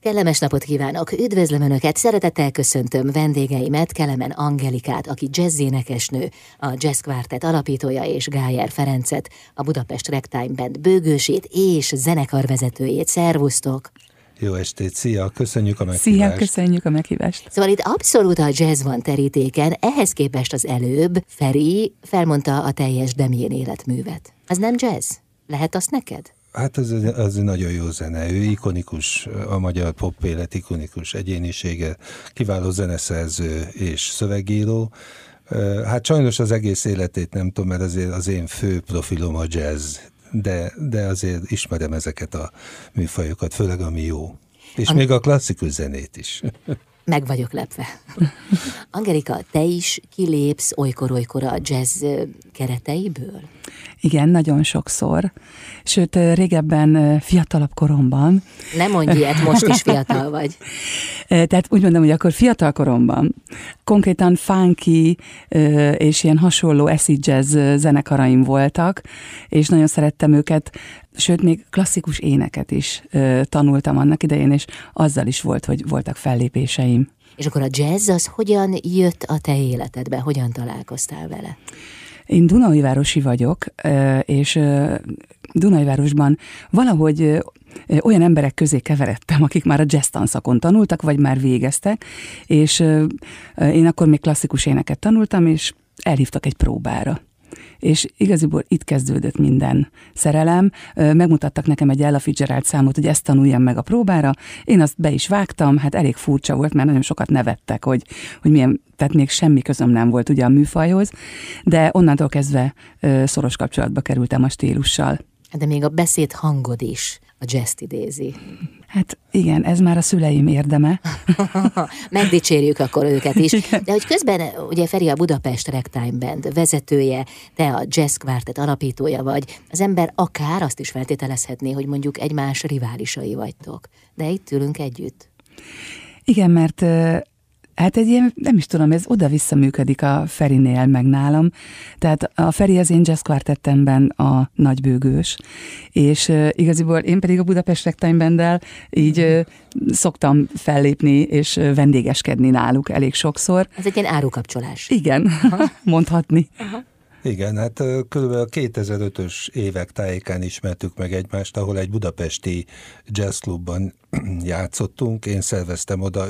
Kellemes napot kívánok! Üdvözlöm Önöket! Szeretettel köszöntöm vendégeimet, Kelemen Angelikát, aki jazzénekesnő, a Jazz Quartet alapítója, és Gájer Ferencet, a Budapest Ragtime Band bőgősét és zenekarvezetőjét. Szervusztok! Jó estét, szia! Köszönjük a meghívást! Szia, köszönjük a meghívást! Szóval itt abszolút a jazz van terítéken, ehhez képest az előbb Feri felmondta a teljes Damien életművet. Az nem jazz? Lehet azt neked? Hát az nagyon jó zene, ő ikonikus, a magyar pop élet ikonikus egyénisége, kiváló zeneszerző és szövegíró. Hát sajnos az egész életét nem tudom, mert azért az én fő profilom a jazz, de azért ismerem ezeket a műfajokat, főleg ami jó. És még a klasszikus zenét is. Meg vagyok lepve. Angelika, te is kilépsz olykor-olykor a jazz kereteiből? Igen, nagyon sokszor. Sőt, régebben, fiatalabb koromban. Nem mondj ilyet, most is fiatal vagy. Tehát úgy mondom, hogy akkor fiatal koromban konkrétan funky és ilyen hasonló acid jazz zenekaraim voltak, és nagyon szerettem őket, sőt, még klasszikus éneket is tanultam annak idején, és azzal is volt, hogy voltak fellépéseim. És akkor a jazz az hogyan jött a te életedbe? Hogyan találkoztál vele? Én Dunaújvárosi vagyok, és Dunaújvárosban valahogy olyan emberek közé keveredtem, akik már a jazz tanszakon tanultak, vagy már végeztek, és én akkor még klasszikus éneket tanultam, és elhívtak egy próbára. És igaziból itt kezdődött minden szerelem. Megmutattak nekem egy Ella Fitzgerald számot, hogy ezt tanuljam meg a próbára. Én azt be is vágtam, hát elég furcsa volt, mert nagyon sokat nevettek, hogy milyen, tehát még semmi közöm nem volt ugye a műfajhoz, de onnantól kezdve szoros kapcsolatba kerültem a stílussal. De még a beszéd hangod is a jazzt idézi. Hát igen, ez már a szüleim érdeme. Megdicsérjük akkor őket is. De hogy közben ugye Feri a Budapest Ragtime Band vezetője, te a Jazz Quartet alapítója vagy, az ember akár azt is feltételezhetné, hogy mondjuk egymás riválisai vagytok. De itt ülünk együtt. Igen, mert hát egy ilyen, nem is tudom, ez oda-vissza működik a Ferinél, meg nálam. Tehát a Feri az én Jazz Quartettemben a nagybőgős, és igaziból én pedig a Budapest Ragtime Banddel így szoktam fellépni és vendégeskedni náluk elég sokszor. Ez egy ilyen árukapcsolás. Igen, mondhatni. Aha. Igen, hát körülbelül 2005-ös évek tájékán ismertük meg egymást, ahol egy budapesti jazzklubban játszottunk. Én szerveztem oda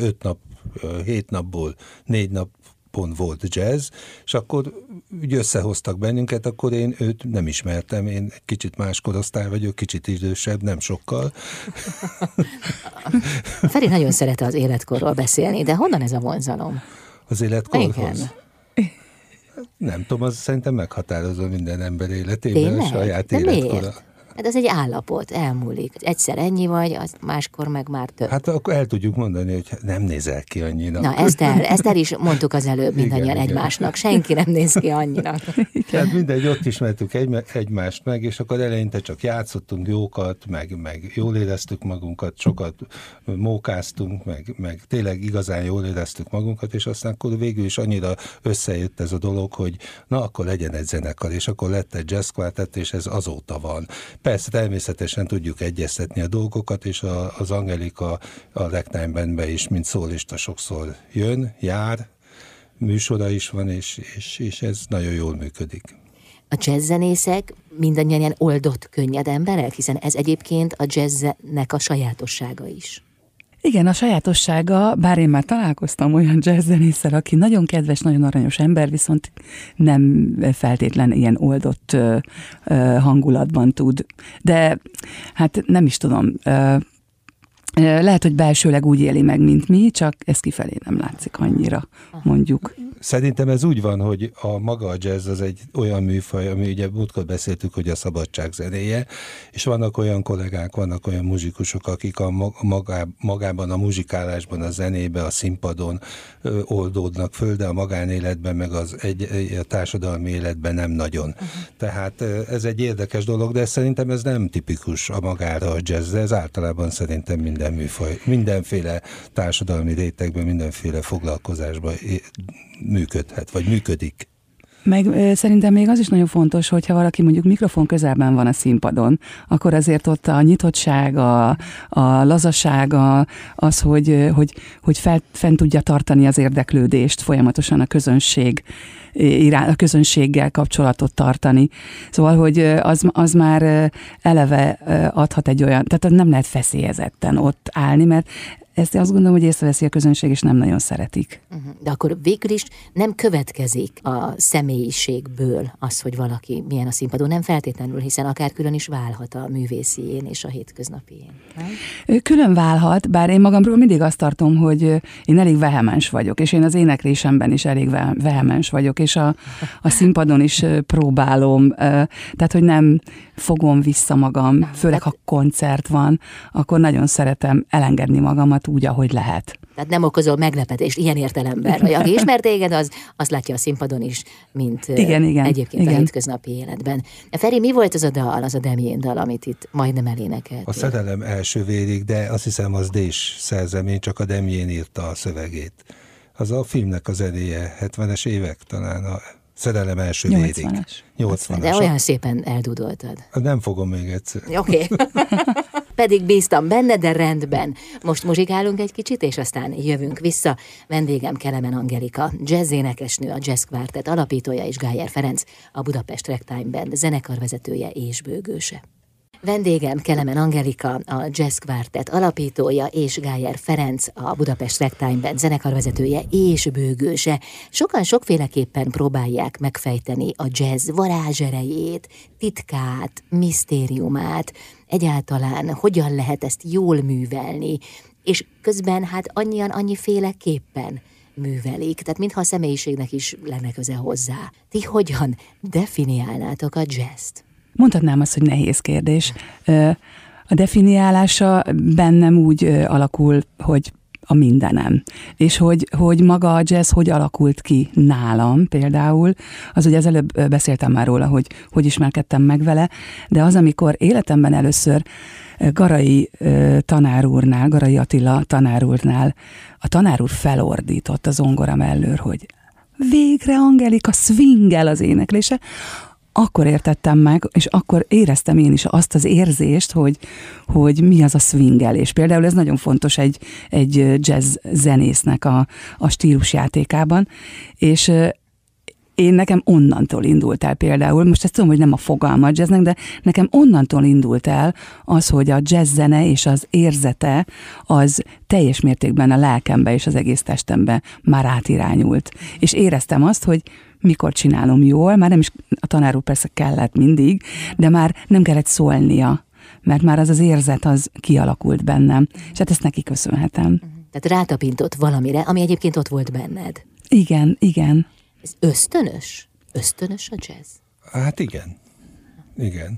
7 napból 4 napon volt jazz, és akkor úgy összehoztak bennünket, akkor én őt nem ismertem, én egy kicsit más korosztály vagyok, kicsit idősebb, nem sokkal. Feri nagyon szeret az életkorról beszélni, de honnan ez a vonzalom? Az életkorhoz? Igen. Nem tudom, az szerintem meghatározó minden ember életében. Tényleg? A saját de életkora. Miért? Hát az egy állapot, elmúlik. Egyszer ennyi vagy, az máskor meg már több. Hát akkor el tudjuk mondani, hogy nem nézel ki annyinak. Na, ezt el is mondtuk az előbb mindannyian egymásnak. Senki nem néz ki annyinak. Tehát mindegy, ott ismertük egymást meg, és akkor eleinte csak játszottunk jókat, meg jól éreztük magunkat, sokat mókáztunk, meg tényleg igazán jól éreztük magunkat, és aztán akkor végül is annyira összejött ez a dolog, hogy na, akkor legyen egy zenekar, és akkor lett egy Jazz Quartet, és ez azóta van. Persze természetesen tudjuk egyeztetni a dolgokat, és az Angelika a Ragtime Bandbe is, mint szólista sokszor jön, jár, műsora is van, és ez nagyon jól működik. A jazzzenészek mindannyian ilyen oldott, könnyed emberek, hiszen ez egyébként a jazznek a sajátossága is. Igen, a sajátossága, bár én már találkoztam olyan jazzzenésszel, aki nagyon kedves, nagyon aranyos ember, viszont nem feltétlen ilyen oldott hangulatban tud. De hát nem is tudom, lehet, hogy belsőleg úgy éli meg, mint mi, csak ez kifelé nem látszik annyira, mondjuk. Szerintem ez úgy van, hogy maga a jazz az egy olyan műfaj, ami ugye múltkor beszéltük, hogy a szabadság zenéje, és vannak olyan kollégák, vannak olyan muzsikusok, akik magában a muzsikálásban, a zenébe, a színpadon oldódnak föl, de a magánéletben, meg a társadalmi életben nem nagyon. Tehát ez egy érdekes dolog, de szerintem ez nem tipikus a magára a jazz, ez általában szerintem minden műfaj, mindenféle társadalmi rétegben, mindenféle foglalkozásban működhet, vagy működik. Meg szerintem még az is nagyon fontos, hogyha valaki mondjuk mikrofon közelben van a színpadon, akkor azért ott a nyitottság, a lazaság, az, hogy fent tudja tartani az érdeklődést, folyamatosan a közönséggel kapcsolatot tartani. Szóval, hogy az már eleve adhat egy olyan, tehát nem lehet feszélyezetten ott állni, mert ezt azt gondolom, hogy észreveszi a közönség, és nem nagyon szeretik. De akkor végül is nem következik a személyiségből az, hogy valaki milyen a színpadon, nem feltétlenül, hiszen akár külön is válhat a művészién és a hétköznapién. Nem? Külön válhat, bár én magamról mindig azt tartom, hogy én elég vehemens vagyok, és én az éneklésemben is elég vehemens vagyok, és a színpadon is próbálom, tehát, hogy nem fogom vissza magam, főleg ha koncert van, akkor nagyon szeretem elengedni magamat úgy, ahogy lehet. Tehát nem okozol meglepetést ilyen értelemben, hogy aki ismer téged, az azt látja a színpadon is, mint igen, egyébként a hétköznapi életben. Feri, mi volt az a dal, az a Damien dal, amit itt majdnem elénekelt? A Szerelem első vérig, de azt hiszem az Dés szerzemény, csak a Damien írta a szövegét. Az a filmnek a zenéje, 70-es évek talán, a Szerelem első vérig. 80-as. De olyan szépen eldudoltad. Nem fogom még egyszer. Oké. Pedig bíztam benne, de rendben. Most muzsikálunk egy kicsit, és aztán jövünk vissza. Vendégem Kelemen Angelika, jazzénekesnő, a Jazz Quartet alapítója, és Gájer Ferenc, a Budapest Ragtime Band zenekarvezetője és bőgőse. Vendégem Kelemen Angelika, a Jazz Quartet alapítója, és Gájer Ferenc, a Budapest Ragtime Band zenekarvezetője és bőgőse. Sokan sokféleképpen próbálják megfejteni a jazz varázserejét, titkát, misztériumát, egyáltalán hogyan lehet ezt jól művelni, és közben hát annyiféleképpen művelik, tehát mintha a személyiségnek is lenne köze hozzá. Ti hogyan definiálnátok a jazzt? Mondhatnám azt, hogy nehéz kérdés. A definiálása bennem úgy alakul, hogy a mindenem. És hogy maga a jazz hogy alakult ki nálam például, az ugye az előbb beszéltem már róla, hogy ismerkedtem meg vele, de az, amikor életemben először Garai Attila tanár úrnál a tanár úr felordított a zongora mellől, hogy végre Angelika swingel az éneklése, akkor értettem meg, és akkor éreztem én is azt az érzést, hogy mi az a swingelés. Például ez nagyon fontos egy jazz zenésznek a stílusjátékában, és nekem onnantól indult el például, most ezt tudom, hogy nem a fogalma a jazznek, de nekem onnantól indult el az, hogy a jazz zene és az érzete az teljes mértékben a lelkembe és az egész testembe már átirányult. És éreztem azt, hogy mikor csinálom jól, már nem is a tanár úr persze kellett mindig, de már nem kellett szólnia, mert már az érzet az kialakult bennem, és hát ezt neki köszönhetem. Tehát rátapintott valamire, ami egyébként ott volt benned. Igen, igen. Ez ösztönös? Ösztönös a jazz? Hát igen. Igen.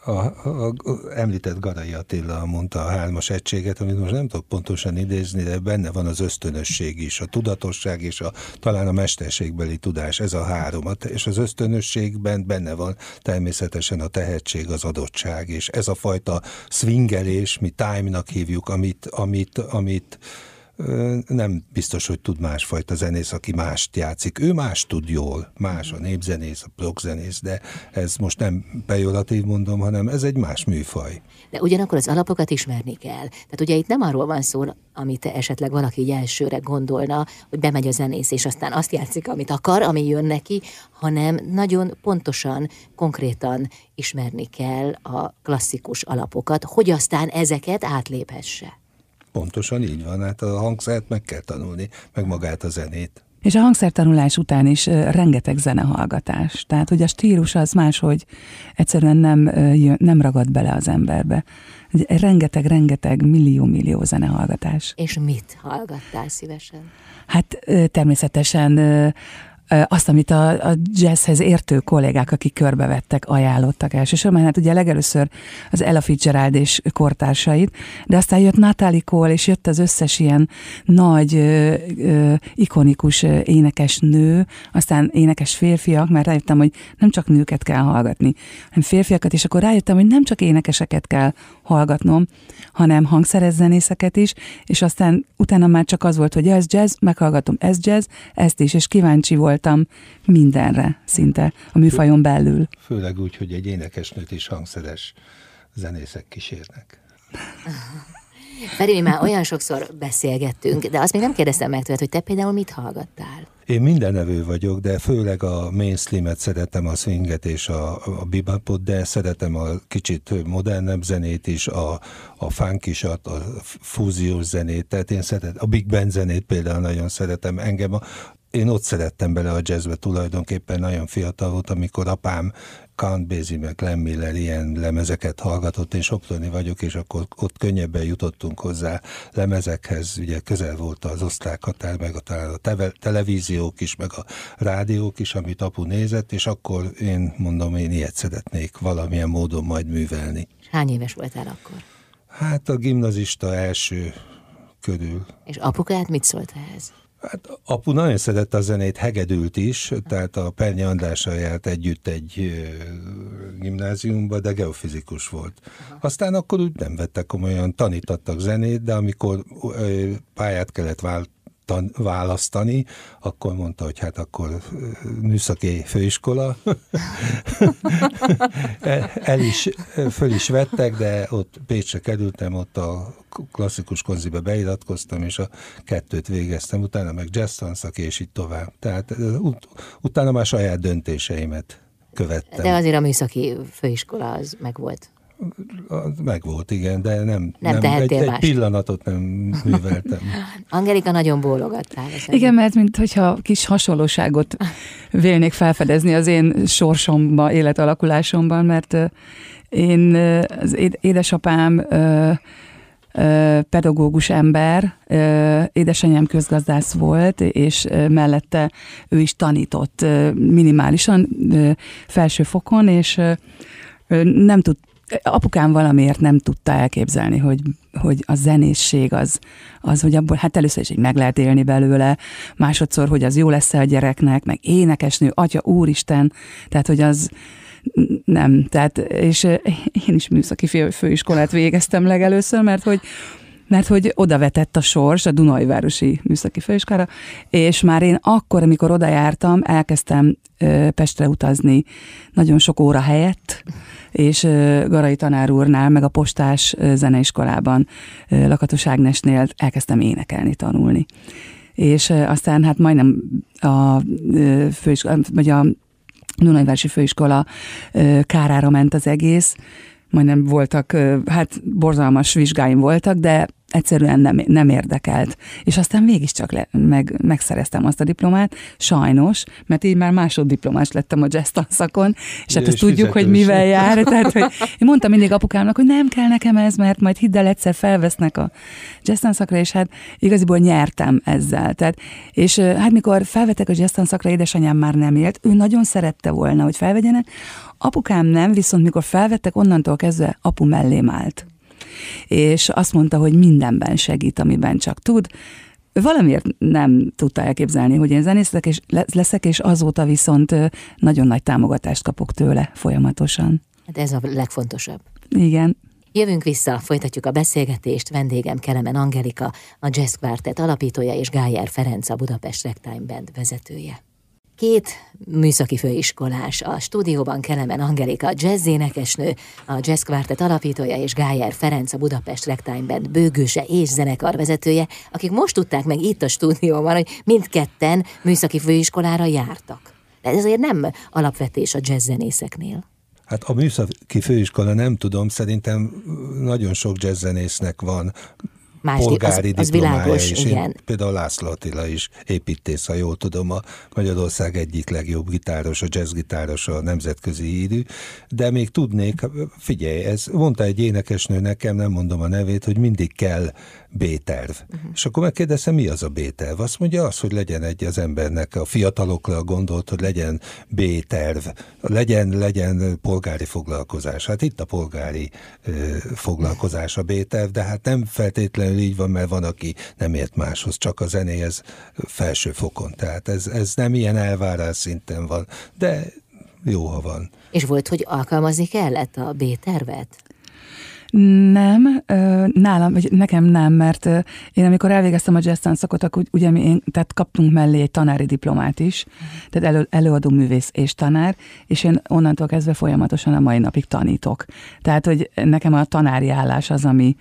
Említett Garai Attila mondta a 3-as egységet, amit most nem tudok pontosan idézni, de benne van az ösztönösség is, a tudatosság és talán a mesterségbeli tudás, ez a 3. És az ösztönösségben benne van természetesen a tehetség, az adottság, és ez a fajta swingelés, mi time-nak hívjuk, amit nem biztos, hogy tud másfajta zenész, aki mást játszik. Ő más tud jól, más a népzenész, a rockzenész, de ez most nem pejoratív mondom, hanem ez egy más műfaj. De ugyanakkor az alapokat ismerni kell. Tehát ugye itt nem arról van szó, amit esetleg valaki így elsőre gondolna, hogy bemegy a zenész, és aztán azt játszik, amit akar, ami jön neki, hanem nagyon pontosan, konkrétan ismerni kell a klasszikus alapokat, hogy aztán ezeket átléphesse. Pontosan így van, hát a hangszert meg kell tanulni, meg magát a zenét. És a hangszertanulás után is rengeteg zenehallgatás. Tehát, hogy a stílus az máshogy egyszerűen nem ragad bele az emberbe. Rengeteg, millió zenehallgatás. És mit hallgattál szívesen? Hát természetesen azt, amit a jazzhez értő kollégák, akik körbevettek, ajánlottak elsősorban. Hát ugye legelőször az Ella Fitzgerald és kortársait, de aztán jött Natalie Cole, és jött az összes ilyen nagy, ikonikus énekes nő, aztán énekes férfiak, mert rájöttem, hogy nem csak nőket kell hallgatni, hanem férfiakat, és akkor rájöttem, hogy nem csak énekeseket kell hallgatnom, hanem hangszeres zenészeket is, és aztán utána már csak az volt, hogy ez jazz, meghallgatom, ez jazz, ezt is, és kíváncsi volt voltam mindenre szinte a műfajon belül. Főleg úgy, hogy egy énekesnőt is hangszeres zenészek kísérnek. Feri, mi már olyan sokszor beszélgettünk, de azt még nem kérdeztem meg tőled, hogy te például mit hallgattál? Én mindenevő vagyok, de főleg a mainstreamet szeretem, a swinget és a bebopot, de szeretem a kicsit modernebb zenét is, a funkisat, a fúziós zenét, tehát én szeretem, a big band zenét például nagyon szeretem. Én ott szerettem bele a jazzbe tulajdonképpen, nagyon fiatal volt, amikor apám Count Basie meg Glenn Miller ilyen lemezeket hallgatott, én soproni vagyok, és akkor ott könnyebben jutottunk hozzá lemezekhez, ugye közel volt az osztrák határ, meg talán a televíziók is, meg a rádiók is, amit apu nézett, és akkor én ilyet szeretnék valamilyen módon majd művelni. Hány éves voltál akkor? Hát a gimnazista első körül. És apukád mit szólt ehhez? Hát apu nagyon szerette a zenét, hegedült is, tehát a Pernyi Andrással járt együtt egy gimnáziumba, de geofizikus volt. Aztán akkor úgy nem vettek komolyan, tanítattak zenét, de amikor pályát kellett választani, akkor mondta, hogy hát akkor műszaki főiskola. Föl is vettek, de ott Pécsre kerültem, ott a klasszikus konzibe beiratkoztam, és a 2 végeztem, utána meg jazz tanszak, és így tovább. Tehát utána már saját döntéseimet követtem. De azért a műszaki főiskola az megvolt. Megvolt, igen, de nem egy pillanatot nem műveltem. Angelika, nagyon bólogattál. Igen, mert minthogyha kis hasonlóságot vélnék felfedezni az én sorsomban, életalakulásomban, mert az édesapám pedagógus ember, édesanyám közgazdász volt, és mellette ő is tanított minimálisan felső fokon, és nem tud. Apukám valamiért nem tudta elképzelni, hogy a zenészség az, hogy abból, hát először is, hogy meg lehet élni belőle, másodszor, hogy az jó lesz a gyereknek, meg énekesnő, atya, úristen, tehát, hogy az nem, tehát, és én is műszaki főiskolát végeztem legelőször, mert hogy oda vetett a sors a Dunaújvárosi Műszaki Főiskolára, és már én akkor, amikor oda jártam, elkezdtem Pestre utazni nagyon sok óra helyett, és Garai tanár úrnál, meg a Postás zeneiskolában, Lakatos Ágnesnél elkezdtem énekelni, tanulni. És aztán hát majdnem a Dunaújvárosi Főiskola kárára ment az egész, majdnem voltak, hát borzalmas vizsgáim voltak, de egyszerűen nem érdekelt. És aztán mégiscsak megszereztem azt a diplomát, sajnos, mert így már másoddiplomás lettem a jazz tanszakon, és hát azt tudjuk, hogy mivel jár. Tehát, hogy én mondtam mindig apukámnak, hogy nem kell nekem ez, mert majd hidd el, egyszer felvesznek a jazz tanszakra, és hát igaziból nyertem ezzel. Tehát, és hát mikor felvettek a jazz tanszakra, édesanyám már nem élt, ő nagyon szerette volna, hogy felvegyenek, apukám nem, viszont mikor felvettek, onnantól kezdve apu mellém állt. És azt mondta, hogy mindenben segít, amiben csak tud. Valamiért nem tudta elképzelni, hogy én zenész leszek, és azóta viszont nagyon nagy támogatást kapok tőle folyamatosan. Hát ez a legfontosabb. Igen. Jövünk vissza, folytatjuk a beszélgetést. Vendégem Kelemen Angelika, a Jazz Quartet alapítója, és Gájer Ferenc, a Budapest Ragtime Band vezetője. 2 műszaki főiskolás, a stúdióban Kelemen Angelika, jazzénekesnő, a Jazz Quartet alapítója, és Gájer Ferenc, a Budapest Ragtime Band bőgőse és zenekarvezetője, akik most tudták meg itt a stúdióban, hogy mindketten műszaki főiskolára jártak. De ez azért nem alapvetés a jazzzenészeknél. Hát a műszaki főiskola nem tudom, szerintem nagyon sok jazzzenésznek van polgári diplomája világos, is. igen. Például László Attila is építész, ha jól tudom, a Magyarország egyik legjobb gitáros, a jazzgitáros, a nemzetközi hírű, de még tudnék, figyelj, mondta egy énekesnő nekem, nem mondom a nevét, hogy mindig kell B-terv. És akkor megkérdezem, mi az a B-terv? Azt mondja, hogy legyen az embernek, a fiatalokra gondolt, hogy legyen B-terv, legyen polgári foglalkozás. Hát itt a polgári foglalkozás a B-terv, de hát nem feltétlenül így van, mert van, aki nem ért máshoz, csak a zenéhez felső fokon. Tehát ez nem ilyen elvárás szinten van, de jó, ha van. És volt, hogy alkalmazni kellett a B-tervet? Nem, nálam, vagy nekem nem, mert én amikor elvégeztem a jazz tanszakot, akkor ugye tehát kaptunk mellé egy tanári diplomát is, tehát előadó művész és tanár, és én onnantól kezdve folyamatosan a mai napig tanítok. Tehát, hogy nekem a tanári állás az, ami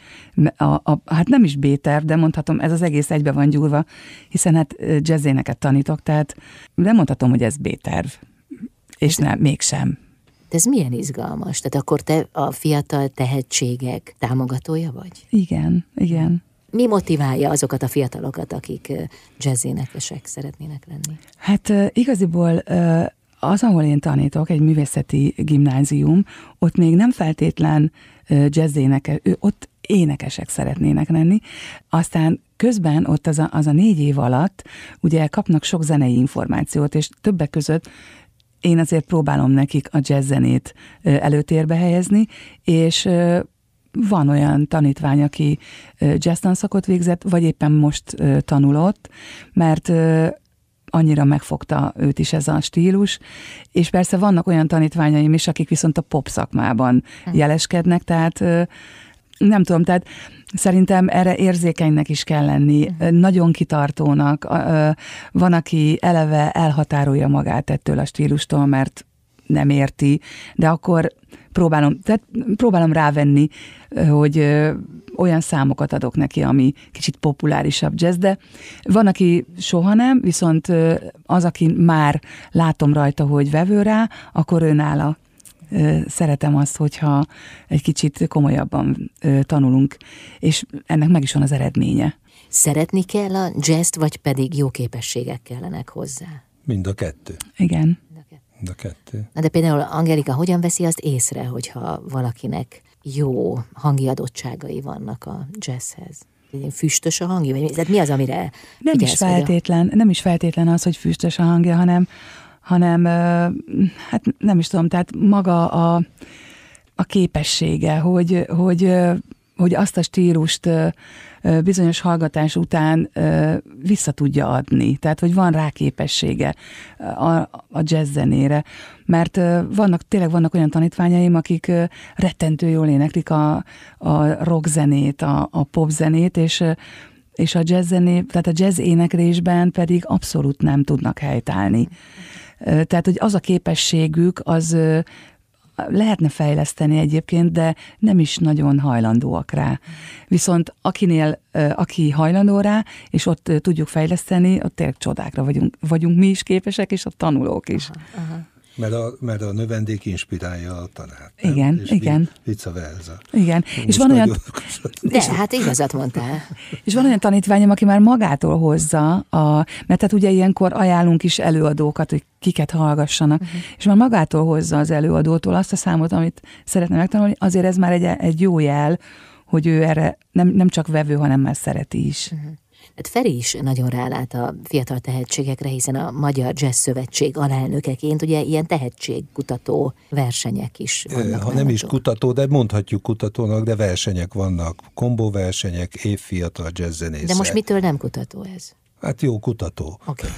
hát nem is B-terv, de mondhatom, ez az egész egybe van gyúrva, hiszen hát jazzéneket tanítok, tehát nem mondhatom, hogy ez B-terv. És nem, mégsem. De ez milyen izgalmas? Tehát akkor te a fiatal tehetségek támogatója vagy? Igen, igen. Mi motiválja azokat a fiatalokat, akik jazzénekesek szeretnének lenni? Hát igaziból az, ahol én tanítok, egy művészeti gimnázium, ott még nem feltétlen jazzénekes, ott énekesek szeretnének lenni. Aztán közben ott az a 4 év alatt ugye kapnak sok zenei információt, és többek között én azért próbálom nekik a jazzzenét előtérbe helyezni, és van olyan tanítvány, aki jazz tanszakot végzett, vagy éppen most tanulott, mert annyira megfogta őt is ez a stílus, és persze vannak olyan tanítványaim is, akik viszont a pop szakmában jeleskednek, tehát nem tudom, tehát szerintem erre érzékenynek is kell lenni, nagyon kitartónak. Van, aki eleve elhatárolja magát ettől a stílustól, mert nem érti, de akkor próbálom rávenni, hogy olyan számokat adok neki, ami kicsit populárisabb jazz, de van, aki soha nem, viszont az, aki már látom rajta, hogy vevő rá, akkor őnála szeretem azt, hogyha egy kicsit komolyabban tanulunk, és ennek meg is van az eredménye. Szeretni kell a jazzt, vagy pedig jó képességek kellenek hozzá? Mind a kettő. Igen. Mind a kettő. Na de például Angelika hogyan veszi azt észre, hogyha valakinek jó hangi adottságai vannak a jazzhez? Füstös a hangja? Tehát mi az, amire nem is feltétlen az, hogy füstös a hangja, hanem hát nem is tudom, tehát maga a képessége, hogy azt a stílust bizonyos hallgatás után vissza tudja adni. Tehát, hogy van rá képessége a jazz zenére. Mert tényleg vannak olyan tanítványaim, akik rettentő jól éneklik a rock zenét, a pop zenét, és a jazz tehát a jazz éneklésben pedig abszolút nem tudnak helytállni. Tehát, hogy az a képességük, az lehetne fejleszteni egyébként, de nem is nagyon hajlandóak rá. Viszont aki hajlandó rá, és ott tudjuk fejleszteni, ott tényleg csodákra vagyunk mi is képesek, és a tanulók is. Aha. Mert a növendék inspirálja a tanárt. Igen, és igen. Vice versa. Igen. És van olyan... De hát igazat mondtál. És van olyan tanítványom, aki már magától hozza, mert hát ugye ilyenkor ajánlunk is előadókat, hogy kiket hallgassanak, és már magától hozza az előadótól azt a számot, amit szeretne megtanulni, azért ez már egy jó jel, hogy ő erre nem csak vevő, hanem már szereti is. Hát Feri is nagyon rálát a fiatal tehetségekre, hiszen a Magyar Jazz Szövetség alelnökeként ugye ilyen tehetségkutató versenyek is vannak. Ha nem is kutató, de mondhatjuk kutatónak, de versenyek vannak, kombóversenyek, évfiatal jazzzenészek. De most mitől nem kutató ez? Hát jó kutató. Okay.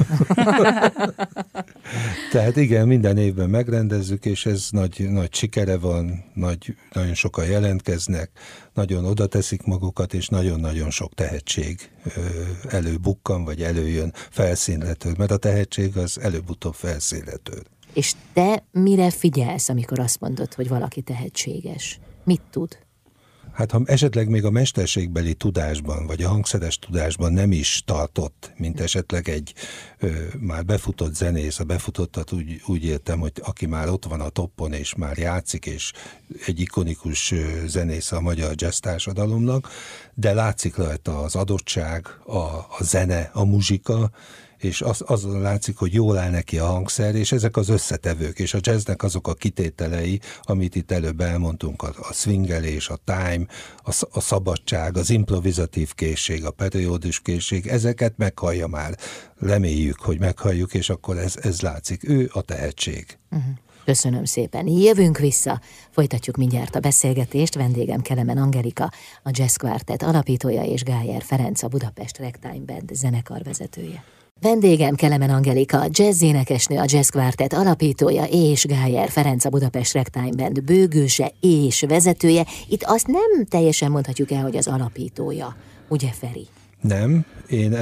Tehát igen, minden évben megrendezzük, és ez nagy sikere van, nagyon sokan jelentkeznek, nagyon oda teszik magukat, és nagyon-nagyon sok tehetség előbukkan, vagy előjön felszínletől, mert a tehetség az előbb-utóbb felszínletől. És te mire figyelsz, amikor azt mondod, hogy valaki tehetséges? Mit tud? Hát ha esetleg még a mesterségbeli tudásban, vagy a hangszeres tudásban nem is tartott, mint esetleg egy már befutott zenész, a befutottat úgy értem, hogy aki már ott van a toppon, és már játszik, és egy ikonikus zenész a magyar jazz társadalomnak, de látszik rajta az adottság, a zene, a muzsika, és az látszik, hogy jól áll neki a hangszer, és ezek az összetevők, és a jazznek azok a kitételei, amit itt előbb elmondtunk, a swingelés, a time, a szabadság, az improvizatív készség, a periódus készség, ezeket meghallja már. Reméljük, hogy meghalljuk, és akkor ez látszik. Ő a tehetség. Köszönöm szépen. Jövünk vissza. Folytatjuk mindjárt a beszélgetést. Vendégem Kelemen Angelika, a Jazz Quartet alapítója, és Gájer Ferenc, a Budapest Ragtime Band zenekar vezetője. Vendégem Kelemen Angelika, jazzénekesnő, a Jazz Quartet alapítója, és Gájer Ferenc, a Budapest Ragtime Band bőgőse és vezetője. Itt azt nem teljesen mondhatjuk el, hogy az alapítója, ugye Feri? Nem, én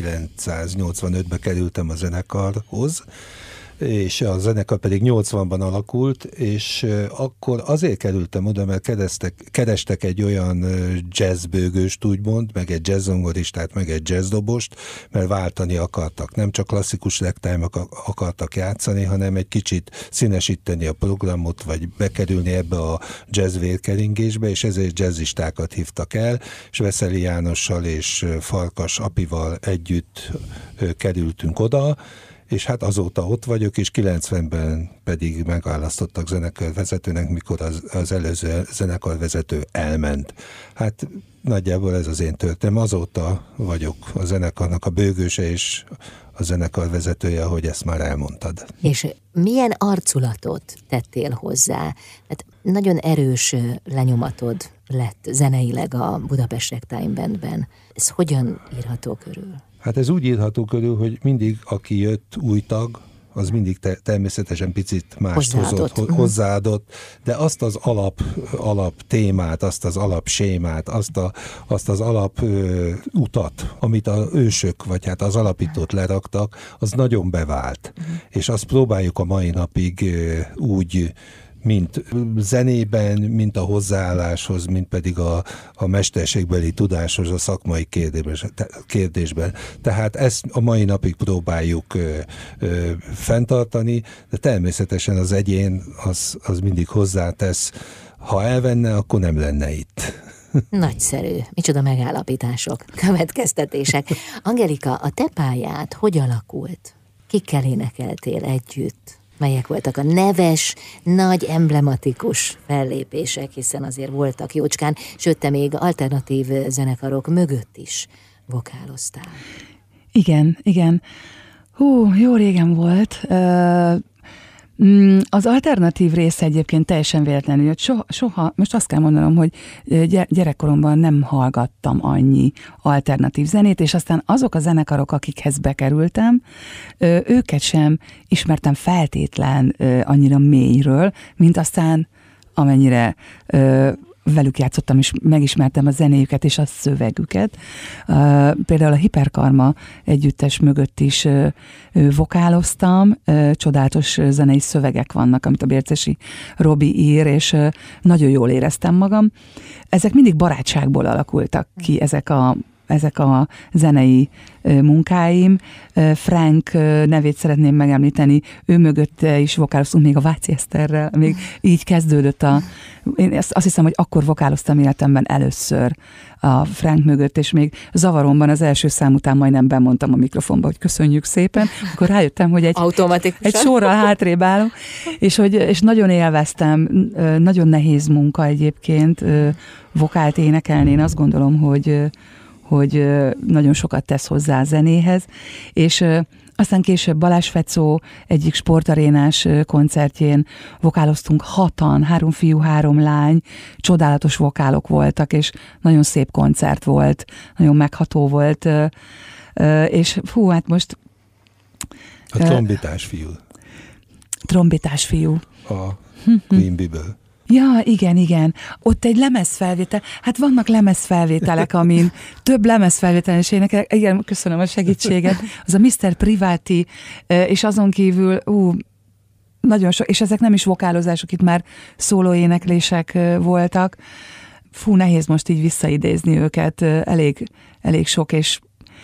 1985-ben kerültem a zenekarhoz, és a zenekar pedig 80-ban alakult, és akkor azért kerültem oda, mert kerestek egy olyan jazzbőgőst, úgymond, meg egy jazzzongoristát, meg egy jazzdobost, mert váltani akartak. Nem csak klasszikus ragtime akartak játszani, hanem egy kicsit színesíteni a programot, vagy bekerülni ebbe a jazz vérkeringésbe, és ezért jazzistákat hívtak el, és Veszeli Jánossal és Farkas Apival együtt kerültünk oda, és hát azóta ott vagyok, és 90-ben pedig megválasztottak zenekarvezetőnek, mikor az előző zenekarvezető elment. Hát nagyjából ez az én történetem. Azóta vagyok a zenekarnak a bőgőse és a zenekarvezetője, ahogy ezt már elmondtad. És milyen arculatot tettél hozzá? Hát nagyon erős lenyomatod lett zeneileg a Budapest Ragtime Bandben. Ez hogyan írható körül? Hát ez úgy írható körül, hogy mindig, aki jött új tag, az mindig természetesen picit mást hozzáadott, de azt az alap témát, azt az alap sémát, azt az alap utat, amit az ősök, vagy hát az alapítót leraktak, az nagyon bevált. És azt próbáljuk a mai napig úgy, mint zenében, mint a hozzáálláshoz, mint pedig a mesterségbeli tudáshoz, a szakmai kérdésben. Tehát ezt a mai napig próbáljuk fenntartani, de természetesen az egyén az mindig hozzátesz. Ha elvenne, akkor nem lenne itt. Nagyszerű. Micsoda megállapítások, következtetések. Angelika, a te pályád hogy alakult? Kikkel énekeltél együtt? Melyek voltak a neves, nagy, emblematikus fellépések, hiszen azért voltak jócskán, sőt, te még alternatív zenekarok mögött is vokáloztál. Igen. Jó régen volt. Az alternatív része egyébként teljesen véletlenül jött. Soha, most azt kell mondanom, hogy gyerekkoromban nem hallgattam annyi alternatív zenét, és aztán azok a zenekarok, akikhez bekerültem, őket sem ismertem feltétlen annyira mélyről, mint aztán amennyire velük játszottam, és megismertem a zenéjüket és a szövegüket. Például a Hiperkarma együttes mögött is vokáloztam, csodálatos zenei szövegek vannak, amit a Bércesi Robi ír, és nagyon jól éreztem magam. Ezek mindig barátságból alakultak ki, ezek a zenei munkáim. Frank nevét szeretném megemlíteni, ő mögötte is vokáloztunk még a Váci Eszterrel, még így kezdődött én azt hiszem, hogy akkor vokáloztam életemben először a Frank mögött, és még zavaromban az első szám után majdnem bemondtam a mikrofonba, hogy köszönjük szépen, akkor rájöttem, hogy egy sorral hátrébb állok, és nagyon élveztem, nagyon nehéz munka egyébként vokált énekelni, én azt gondolom, hogy nagyon sokat tesz hozzá a zenéhez, és aztán később Balázs Fecó egyik sportarénás koncertjén vokáloztunk 6-an, 3 fiú, 3 lány, csodálatos vokálok voltak, és nagyon szép koncert volt, nagyon megható volt, és hát most... A trombitás fiú. Trombitás fiú. A Queen Bee-ből. Ja, igen. Ott egy lemezfelvétel, hát vannak lemezfelvételek, amin több lemezfelvételen is énekelek. Igen, köszönöm a segítséget. Az a Mr. Privati, és azon kívül, nagyon sok, és ezek nem is vokálozások, itt már szóló éneklések voltak. Nehéz most így visszaidézni őket, elég sok, és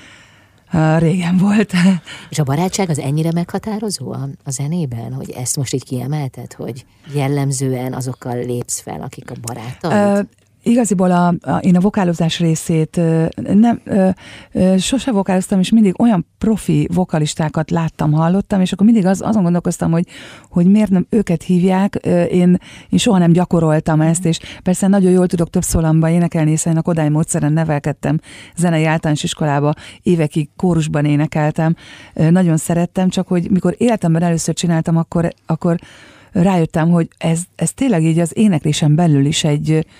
régen volt. És a barátság az ennyire meghatározó a zenében, hogy ezt most így kiemelted, hogy jellemzően azokkal lépsz fel, akik a barátaid? Igaziból én a vokálozás részét sose vokáloztam, és mindig olyan profi vokalistákat láttam, hallottam, és akkor mindig azon gondolkoztam, hogy miért nem őket hívják. Én soha nem gyakoroltam ezt, és persze nagyon jól tudok több szólamban énekelni, hiszen a Kodály módszeren nevelkedtem zenei általános iskolába, évekig kórusban énekeltem, nagyon szerettem, csak hogy mikor életemben először csináltam, akkor rájöttem, hogy ez tényleg így az éneklésen belül is egy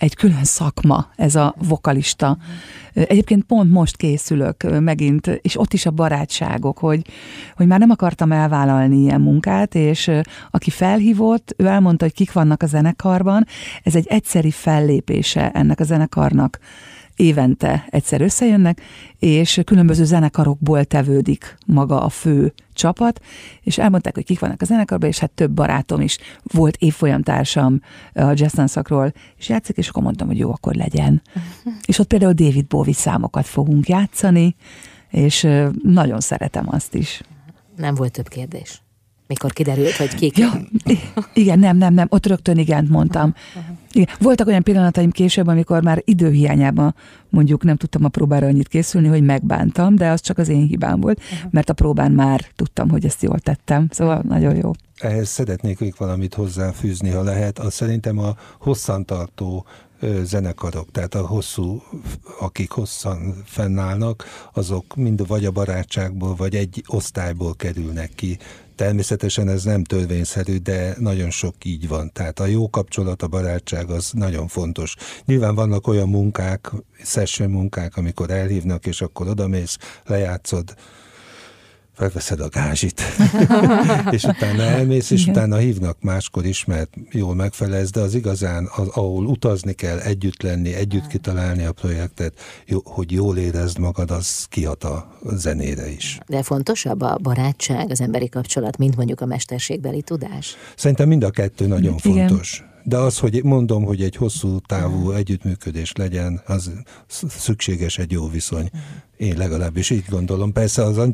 egy külön szakma, ez a vokalista. Egyébként pont most készülök megint, és ott is a barátságok, hogy már nem akartam elvállalni ilyen munkát, és aki felhívott, ő elmondta, hogy kik vannak a zenekarban. Ez egy egyszeri fellépése ennek a zenekarnak. Évente egyszer összejönnek, és különböző zenekarokból tevődik maga a fő csapat, és elmondták, hogy kik vannak a zenekarban, és hát több barátom is volt évfolyamtársam a jazz tanszakról, és játszik, és akkor mondtam, hogy jó, akkor legyen. És ott például David Bowie számokat fogunk játszani, és nagyon szeretem azt is. Nem volt több kérdés. Mikor kiderült, hogy kik? Ja, igen, nem, ott rögtön igent mondtam. Igen. Voltak olyan pillanataim később, amikor már időhiányában mondjuk nem tudtam a próbára annyit készülni, hogy megbántam, de az csak az én hibám volt, mert a próbán már tudtam, hogy ezt jól tettem. Szóval nagyon jó. Ehhez szeretnék még valamit hozzáfűzni, ha lehet. Az szerintem a hosszantartó zenekarok, tehát a akik hosszan fennállnak, azok mind vagy a barátságból, vagy egy osztályból kerülnek ki. Természetesen ez nem törvényszerű, de nagyon sok így van. Tehát a jó kapcsolat, a barátság az nagyon fontos. Nyilván vannak olyan munkák, session munkák, amikor elhívnak, és akkor odamész, lejátszod, felveszed a gázsit, és utána elmész, és utána hívnak máskor is, mert jól megfelelsz, de az igazán, ahol utazni kell, együtt lenni, együtt kitalálni a projektet, hogy jól érezd magad, az kihat a zenére is. De fontosabb a barátság, az emberi kapcsolat, mint mondjuk a mesterségbeli tudás? Szerintem mind a kettő nagyon fontos. De az, hogy mondom, hogy egy hosszú távú együttműködés legyen, az szükséges egy jó viszony. Én legalábbis így gondolom. Persze az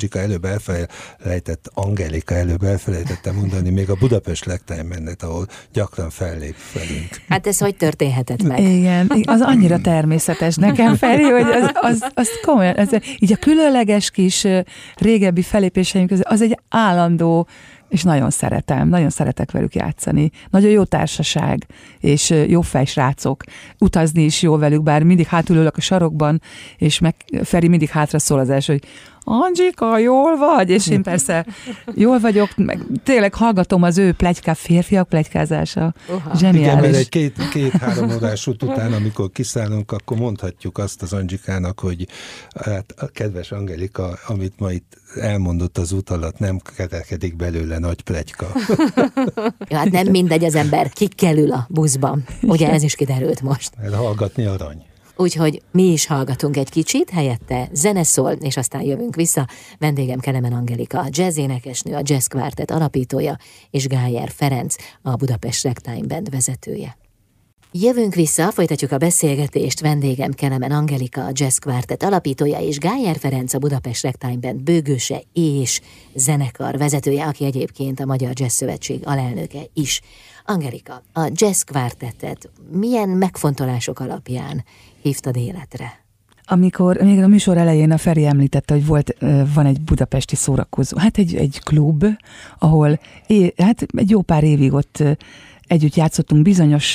Angelika előbb elfelejtettem mondani, még a Budapest Ragtime Bandet, ahol gyakran fellép velünk. Hát ez hogy történhetett meg? Igen, az annyira természetes nekem, Feri, hogy az komolyan, így a különleges kis régebbi fellépéseink, az egy állandó, és nagyon szeretek velük játszani. Nagyon jó társaság, és jó fejsrácok. Utazni is jó velük, bár mindig hátul ülök a sarokban, és Feri mindig hátra szól az első, hogy Angyika, jól vagy? És én persze jól vagyok, meg tényleg hallgatom az ő férfiak pletykázása. Zseniális. Igen, mert egy két-három órás út után, amikor kiszállunk, akkor mondhatjuk azt az Angyikának, hogy hát a kedves Angelika, amit ma itt elmondott az út alatt, nem kerekedik belőle nagy pletyka. Ja, hát nem mindegy az ember, kikkel ül a buszban. Ugye ez is kiderült most. Mert hallgatni arany. Úgyhogy mi is hallgatunk egy kicsit, helyette zene szól, és aztán jövünk vissza. Vendégem Kelemen Angelika, a jazzénekesnő, a Jazz Quartet alapítója, és Gájer Ferenc, a Budapest Ragtime Band vezetője. Jövünk vissza, folytatjuk a beszélgetést. Vendégem Kelemen Angelika, a Jazz Quartet alapítója, és Gájer Ferenc, a Budapest Ragtime Band bőgőse és zenekar vezetője, aki egyébként a Magyar Jazz Szövetség alelnöke is. Angelika, a Jazz Quartetet milyen megfontolások alapján hívtad életre? Amikor még a műsor elején a Feri említette, hogy van egy budapesti szórakozó, hát egy klub, ahol hát egy jó pár évig ott együtt játszottunk bizonyos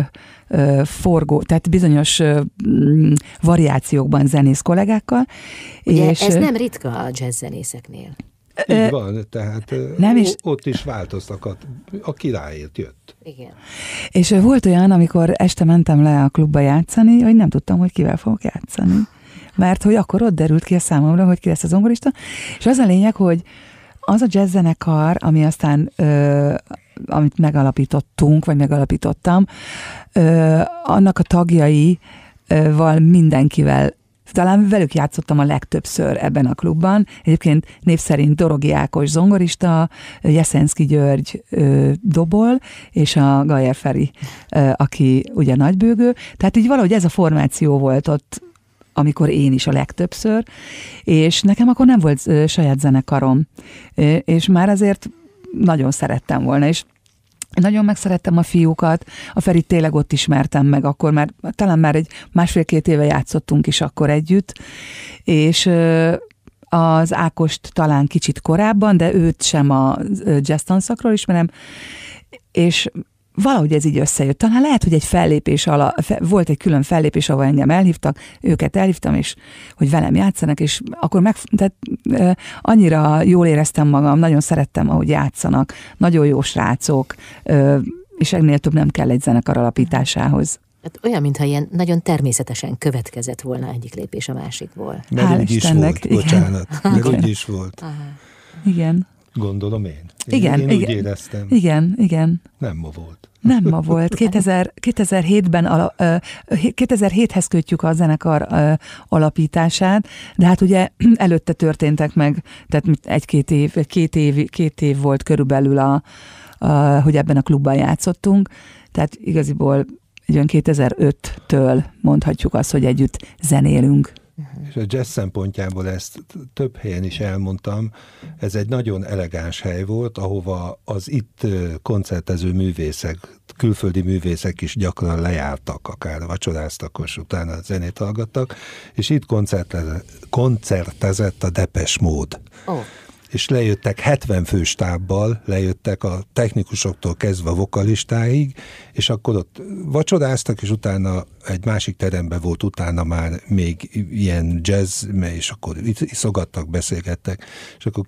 tehát bizonyos variációkban zenész kollégákkal. Ugye és ez nem ritka a jazz zenészeknél. Így van, tehát nem is, ott is változtak, a királyért jött. Igen. És volt olyan, amikor este mentem le a klubba játszani, hogy nem tudtam, hogy kivel fogok játszani. Mert hogy akkor ott derült ki a számomra, hogy ki lesz a zongorista. És az a lényeg, hogy az a jazz zenekar, ami aztán amit megalapítottunk, vagy megalapítottam, annak a tagjaival mindenkivel, talán velük játszottam a legtöbbször ebben a klubban. Egyébként név szerint Dorogi Ákos zongorista, Jeszenszky György dobol, és a Gájer Feri, aki ugye nagybőgő. Tehát így valahogy ez a formáció volt ott, amikor én is a legtöbbször, és nekem akkor nem volt saját zenekarom, és már azért nagyon szerettem volna, és nagyon megszerettem a fiúkat, a Ferit tényleg ott ismertem meg, akkor már talán már egy 1,5-2 éve játszottunk is akkor együtt, és az Ákost talán kicsit korábban, de őt sem a jazz tanszakról ismerem, és valahogy ez így összejött. Talán lehet, hogy egy fellépés volt egy külön fellépés, ahol engem elhívtak, őket elhívtam, és hogy velem játszanak, és akkor tehát annyira jól éreztem magam, nagyon szerettem, ahogy játszanak, nagyon jó srácok, és ennél több nem kell egy zenekar alapításához. Hát olyan, mintha ilyen nagyon természetesen következett volna egyik lépés a másikból. Mert úgy is volt, bocsánat. Mert úgy is volt. Igen. Gondolom én. Igen. Én úgy éreztem. Igen. Nem ma volt. Nem ma volt. 2007-hez kötjük a zenekar alapítását, de hát ugye előtte történtek meg, tehát két év volt körülbelül, hogy ebben a klubban játszottunk, tehát igaziból egy olyan 2005-től mondhatjuk azt, hogy együtt zenélünk. És a jazz szempontjából ezt több helyen is elmondtam, ez egy nagyon elegáns hely volt, ahova az itt koncertező művészek, külföldi művészek is gyakran lejártak, akár vacsoráztak, és utána zenét hallgattak, és itt koncertezett a Depeche Mode. Oh. És lejöttek 70 fős tábbal, lejöttek a technikusoktól kezdve a vokalistáig, és akkor ott vacsoráztak, és utána egy másik teremben volt utána már még ilyen jazz, és akkor iszogattak, beszélgettek, és akkor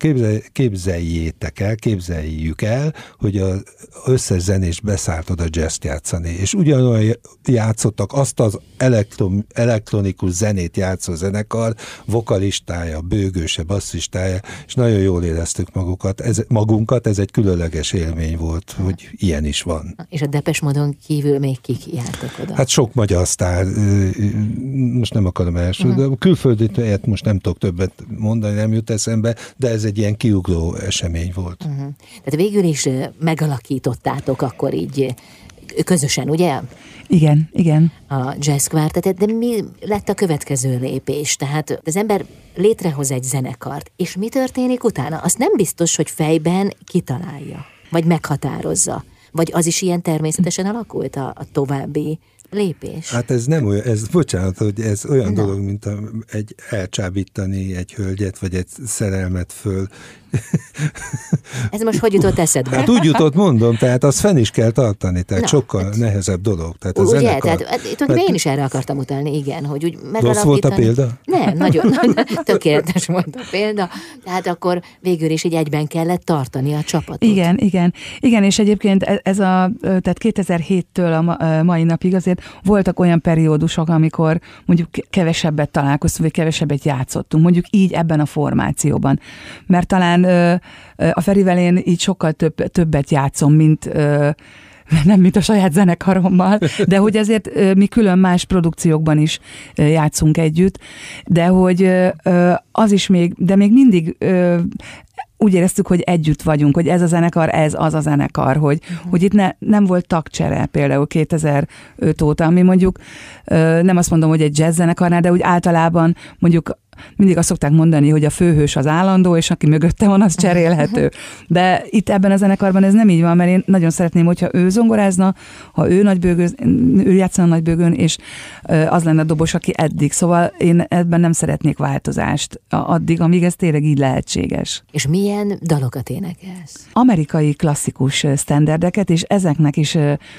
képzeljük el, hogy az összes zenés beszállt oda jazzt játszani, és ugyanolyan játszottak azt az elektronikus zenét játszó zenekar, vokalistája, bőgőse, basszistája, és nagyon jól éreztük magunkat, ez egy különleges élmény volt, hogy ilyen is van. És a Depeche Mode-on kívül még kik jártak oda? Hát sok magyar sztár, most nem akarom de a külföldiet most nem tudok többet mondani, nem jut eszembe, de ez egy ilyen kiugró esemény volt. Tehát végül is megalakítottátok akkor így közösen, ugye? Igen. A Jazz Quartetet, de mi lett a következő lépés? Tehát az ember létrehoz egy zenekart, és mi történik utána? Azt nem biztos, hogy fejben kitalálja, vagy meghatározza. Vagy az is ilyen természetesen alakult a további lépés? Hát ez nem olyan, bocsánat, hogy ez olyan dolog, mint elcsábítani egy hölgyet, vagy egy szerelmet föl. Ez most hogy jutott eszedbe? Hát úgy jutott, mondom, tehát azt fenn is kell tartani, tehát sokkal nehezebb dolog. Tehát a zenekar, én is erre akartam utalni, igen, hogy úgy megalapítani. Rossz volt a példa? Nem, nagyon tökéletes volt a példa, tehát akkor végül is így egyben kellett tartani a csapatot. Igen, és egyébként tehát 2007-től a mai napig azért voltak olyan periódusok, amikor mondjuk kevesebbet találkoztunk, vagy kevesebbet játszottunk, mondjuk így ebben a formációban. Mert talán a Ferivel én így sokkal többet játszom, nem mint a saját zenekarommal, de hogy ezért mi külön más produkciókban is játszunk együtt, de hogy az is de még mindig úgy éreztük, hogy együtt vagyunk, hogy ez a zenekar, ez az a zenekar, hogy itt nem volt tagcsere például 2005 óta, ami mondjuk nem azt mondom, hogy egy jazz zenekarnál, de úgy általában mondjuk mindig azt szokták mondani, hogy a főhős az állandó, és aki mögötte van, az cserélhető. De itt ebben a zenekarban ez nem így van, mert én nagyon szeretném, hogyha ő zongorázna, ha ő játszana nagybőgőn, és az lenne a dobos, aki eddig. Szóval én ebben nem szeretnék változást addig, amíg ez tényleg így lehetséges. És milyen dalokat énekelsz? Amerikai klasszikus sztenderdeket, és ezeknek is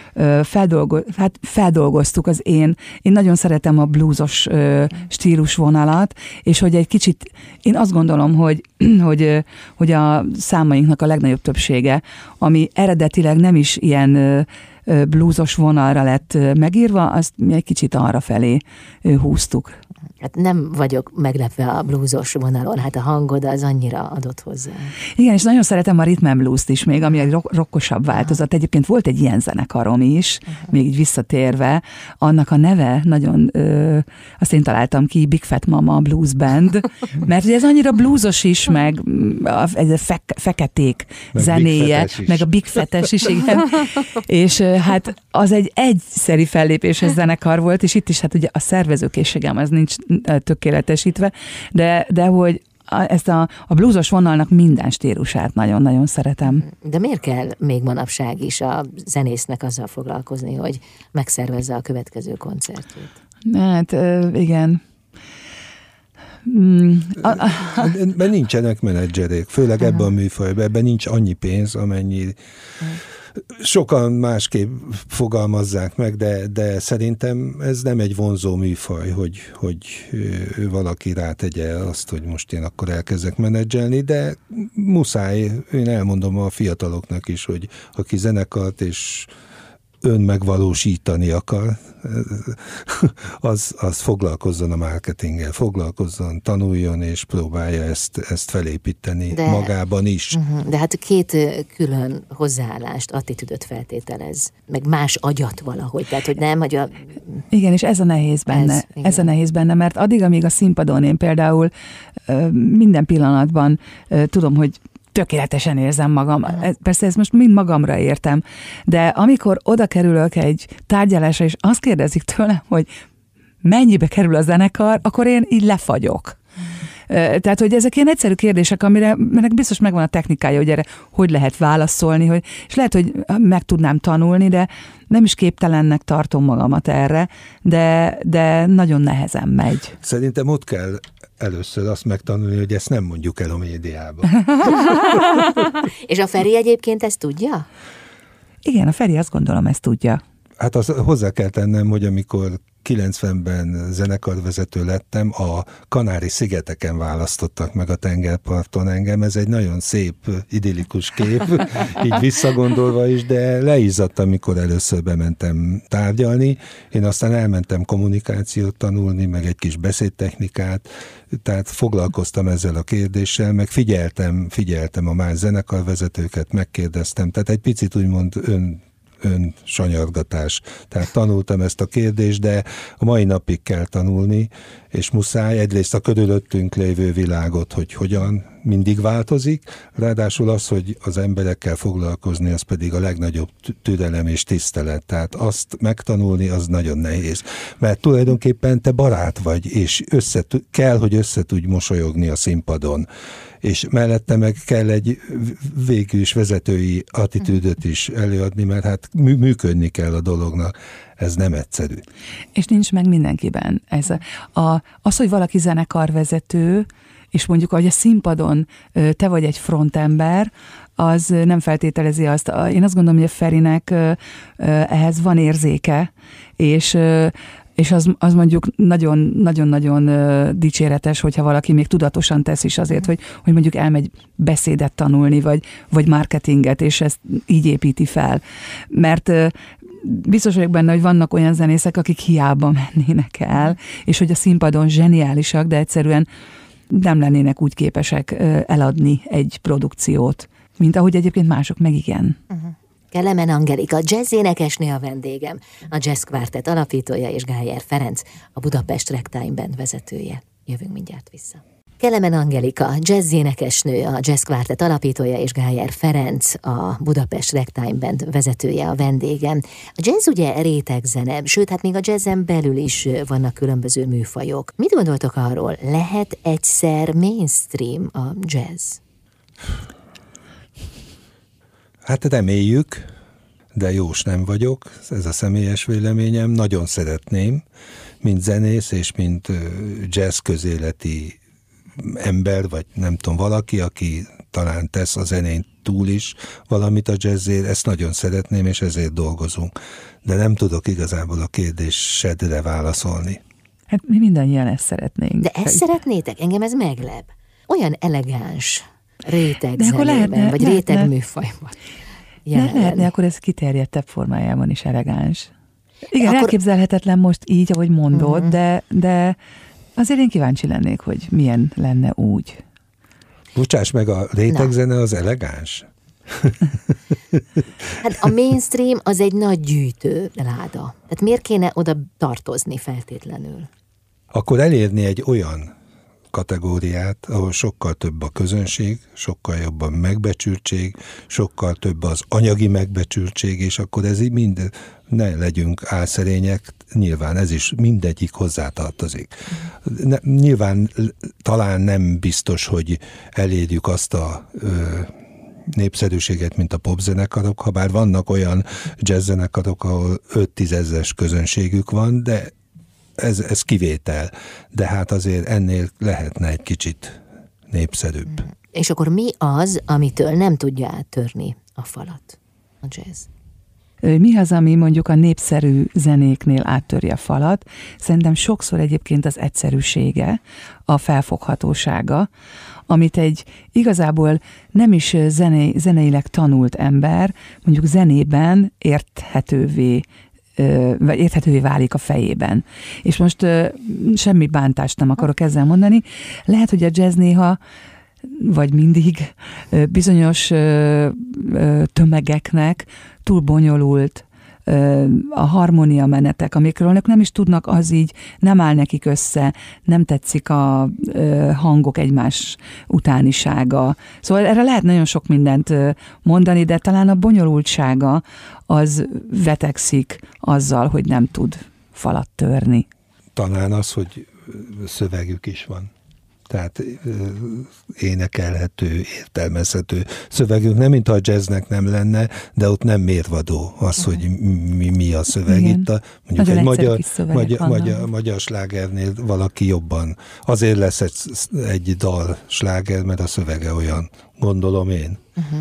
feldolgoztuk az én nagyon szeretem a bluesos stílusvonalat, és hogy egy kicsit, én azt gondolom, hogy a számainknak a legnagyobb többsége, ami eredetileg nem is ilyen bluesos vonalra lett megírva, azt mi egy kicsit arra felé húztuk. Hát nem vagyok meglepve a bluesos vonalon, hát a hangod az annyira adott hozzá. Igen, és nagyon szeretem a rhythm and blues-t is még, ami egy rockosabb változat. Egyébként volt egy ilyen zenekarom is, még így visszatérve. Annak a neve nagyon, azt én találtam ki, Big Fat Mama Blues Band, mert ugye ez annyira bluesos is, meg ez a feketék zenéje, meg a Big Fat-es is, igen. És hát az egy egyszeri fellépéses zenekar volt, és itt is hát ugye a szervezőkészségem az nincs tökéletesítve, de hogy ezt a bluesos vonalnak minden stílusát nagyon-nagyon szeretem. De miért kell még manapság is a zenésznek azzal foglalkozni, hogy megszervezze a következő koncertjét? Hát igen. Mert nincsenek menedzserek, főleg ebben a műfajban, ebben nincs annyi pénz, amennyi... Sokan másképp fogalmazzák meg, de szerintem ez nem egy vonzó műfaj, hogy valaki rátegye azt, hogy most én akkor elkezdek menedzselni, de muszáj, én elmondom a fiataloknak is, hogy aki zenekart és önmegvalósítani akar, az foglalkozzon a marketinggel, foglalkozzon, tanuljon és próbálja ezt felépíteni magában is. De hát két külön hozzáállást, attitűdöt feltételez, meg más agyat valahogy, tehát hogy nem, hogy Igen, és ez a nehéz benne. Ez a nehéz benne, mert addig, amíg a színpadon én például minden pillanatban tudom, hogy tökéletesen érzem magam. Persze ezt most mind magamra értem, de amikor oda kerülök egy tárgyalásra, és azt kérdezik tőlem, hogy mennyibe kerül a zenekar, akkor én így lefagyok. Tehát, hogy ezek ilyen egyszerű kérdések, aminek biztos megvan a technikája, hogy erre hogy lehet válaszolni, és lehet, hogy meg tudnám tanulni, de nem is képtelennek tartom magamat erre, de nagyon nehezen megy. Szerintem ott kell először azt megtanulni, hogy ezt nem mondjuk el a médiában. És a Feri egyébként ezt tudja? Igen, a Feri azt gondolom ezt tudja. Hát azt hozzá kell tennem, hogy amikor 90-ben zenekarvezető lettem, a Kanári-szigeteken választottak meg a tengerparton engem. Ez egy nagyon szép, idillikus kép, így visszagondolva is, de leizzadt, amikor először bementem tárgyalni. Én aztán elmentem kommunikációt tanulni, meg egy kis beszédtechnikát, tehát foglalkoztam ezzel a kérdéssel, meg figyeltem a más zenekarvezetőket, megkérdeztem, tehát egy picit úgymond önsanyargatás. Tehát tanultam ezt a kérdést, de a mai napig kell tanulni, és muszáj egyrészt a körülöttünk lévő világot, hogy hogyan mindig változik, ráadásul az, hogy az emberekkel foglalkozni, az pedig a legnagyobb türelem és tisztelet. Tehát azt megtanulni, az nagyon nehéz. Mert tulajdonképpen te barát vagy, és kell, hogy összetudj mosolyogni a színpadon. És mellette meg kell egy végül is vezetői attitűdöt is előadni, mert hát működni kell a dolognak. Ez nem egyszerű. És nincs meg mindenkiben. Az, hogy valaki zenekarvezető, és mondjuk, hogy a színpadon te vagy egy frontember, az nem feltételezi azt. Én azt gondolom, hogy a Ferinek ehhez van érzéke, és az mondjuk nagyon-nagyon dicséretes, hogyha valaki még tudatosan tesz is azért, hogy mondjuk elmegy beszédet tanulni, vagy marketinget, és ezt így építi fel. Mert biztos vagyok benne, hogy vannak olyan zenészek, akik hiába mennének el, és hogy a színpadon zseniálisak, de egyszerűen nem lennének úgy képesek eladni egy produkciót, mint ahogy egyébként mások meg igen. Kelemen Angelika, jazzénekesnő a vendégem, a Jazz Quartet alapítója, és Gájer Ferenc, a Budapest Ragtime Band vezetője. Jövünk mindjárt vissza. Kelemen Angelika, jazzénekesnő, a Jazz Quartet alapítója, és Gájer Ferenc, a Budapest Ragtime Band vezetője a vendégem. A jazz ugye rétegzene, sőt, hát még a jazzen belül is vannak különböző műfajok. Mit gondoltok arról? Lehet egyszer mainstream a jazz? Hát reméljük, de jós nem vagyok, ez a személyes véleményem. Nagyon szeretném, mint zenész és mint jazz közéleti ember, vagy nem tudom, valaki, aki talán tesz a zenén túl is valamit a jazzért, ezt nagyon szeretném, és ezért dolgozunk. De nem tudok igazából a kérdésedre válaszolni. Hát mi mindannyian ezt szeretnénk. De ezt szeretnétek? Engem ez meglep. Olyan elegáns rétegzenében, vagy rétegműfajban. Lehetne, akkor ez kiterjedtebb formájában is elegáns. Igen, akkor elképzelhetetlen most így, ahogy mondod, de azért én kíváncsi lennék, hogy milyen lenne úgy. Bocsáss meg, a rétegzene az elegáns? Hát a mainstream az egy nagy gyűjtő láda. Tehát miért kéne oda tartozni feltétlenül? Akkor elérni egy olyan kategóriát, ahol sokkal több a közönség, sokkal jobb a megbecsültség, sokkal több az anyagi megbecsültség, és akkor ez így mind, ne legyünk álszerények, nyilván ez is mindegyik hozzátartozik. Nyilván talán nem biztos, hogy elérjük azt a népszerűséget, mint a popzenekarok, ha bár vannak olyan jazzzenekarok, ahol 5-10 ezres közönségük van, de ez kivétel, de hát azért ennél lehetne egy kicsit népszerűbb. És akkor mi az, amitől nem tudja áttörni a falat a jazz? mi az, ami mondjuk a népszerű zenéknél áttörje a falat. Szerintem sokszor egyébként az egyszerűsége, a felfoghatósága, amit egy igazából nem is zeneileg tanult ember mondjuk zenében érthetővé válik a fejében. És most semmi bántást nem akarok ezzel mondani. Lehet, hogy a jazz néha, vagy mindig bizonyos tömegeknek túl bonyolult, a harmónia menetek, amikről ők nem is tudnak, az így nem áll nekik össze, nem tetszik a hangok egymás utánisága. Szóval erre lehet nagyon sok mindent mondani, de talán a bonyolultsága az vetekszik azzal, hogy nem tud falat törni. Talán az, hogy szövegük is van. Tehát énekelhető, értelmezhető szövegünk, nem mintha a jazznek nem lenne, de ott nem mérvadó az, hogy mi a szöveg. Igen. Itt mondjuk egy magyar slágernél valaki jobban. Azért lesz egy dal sláger, mert a szövege olyan, gondolom én.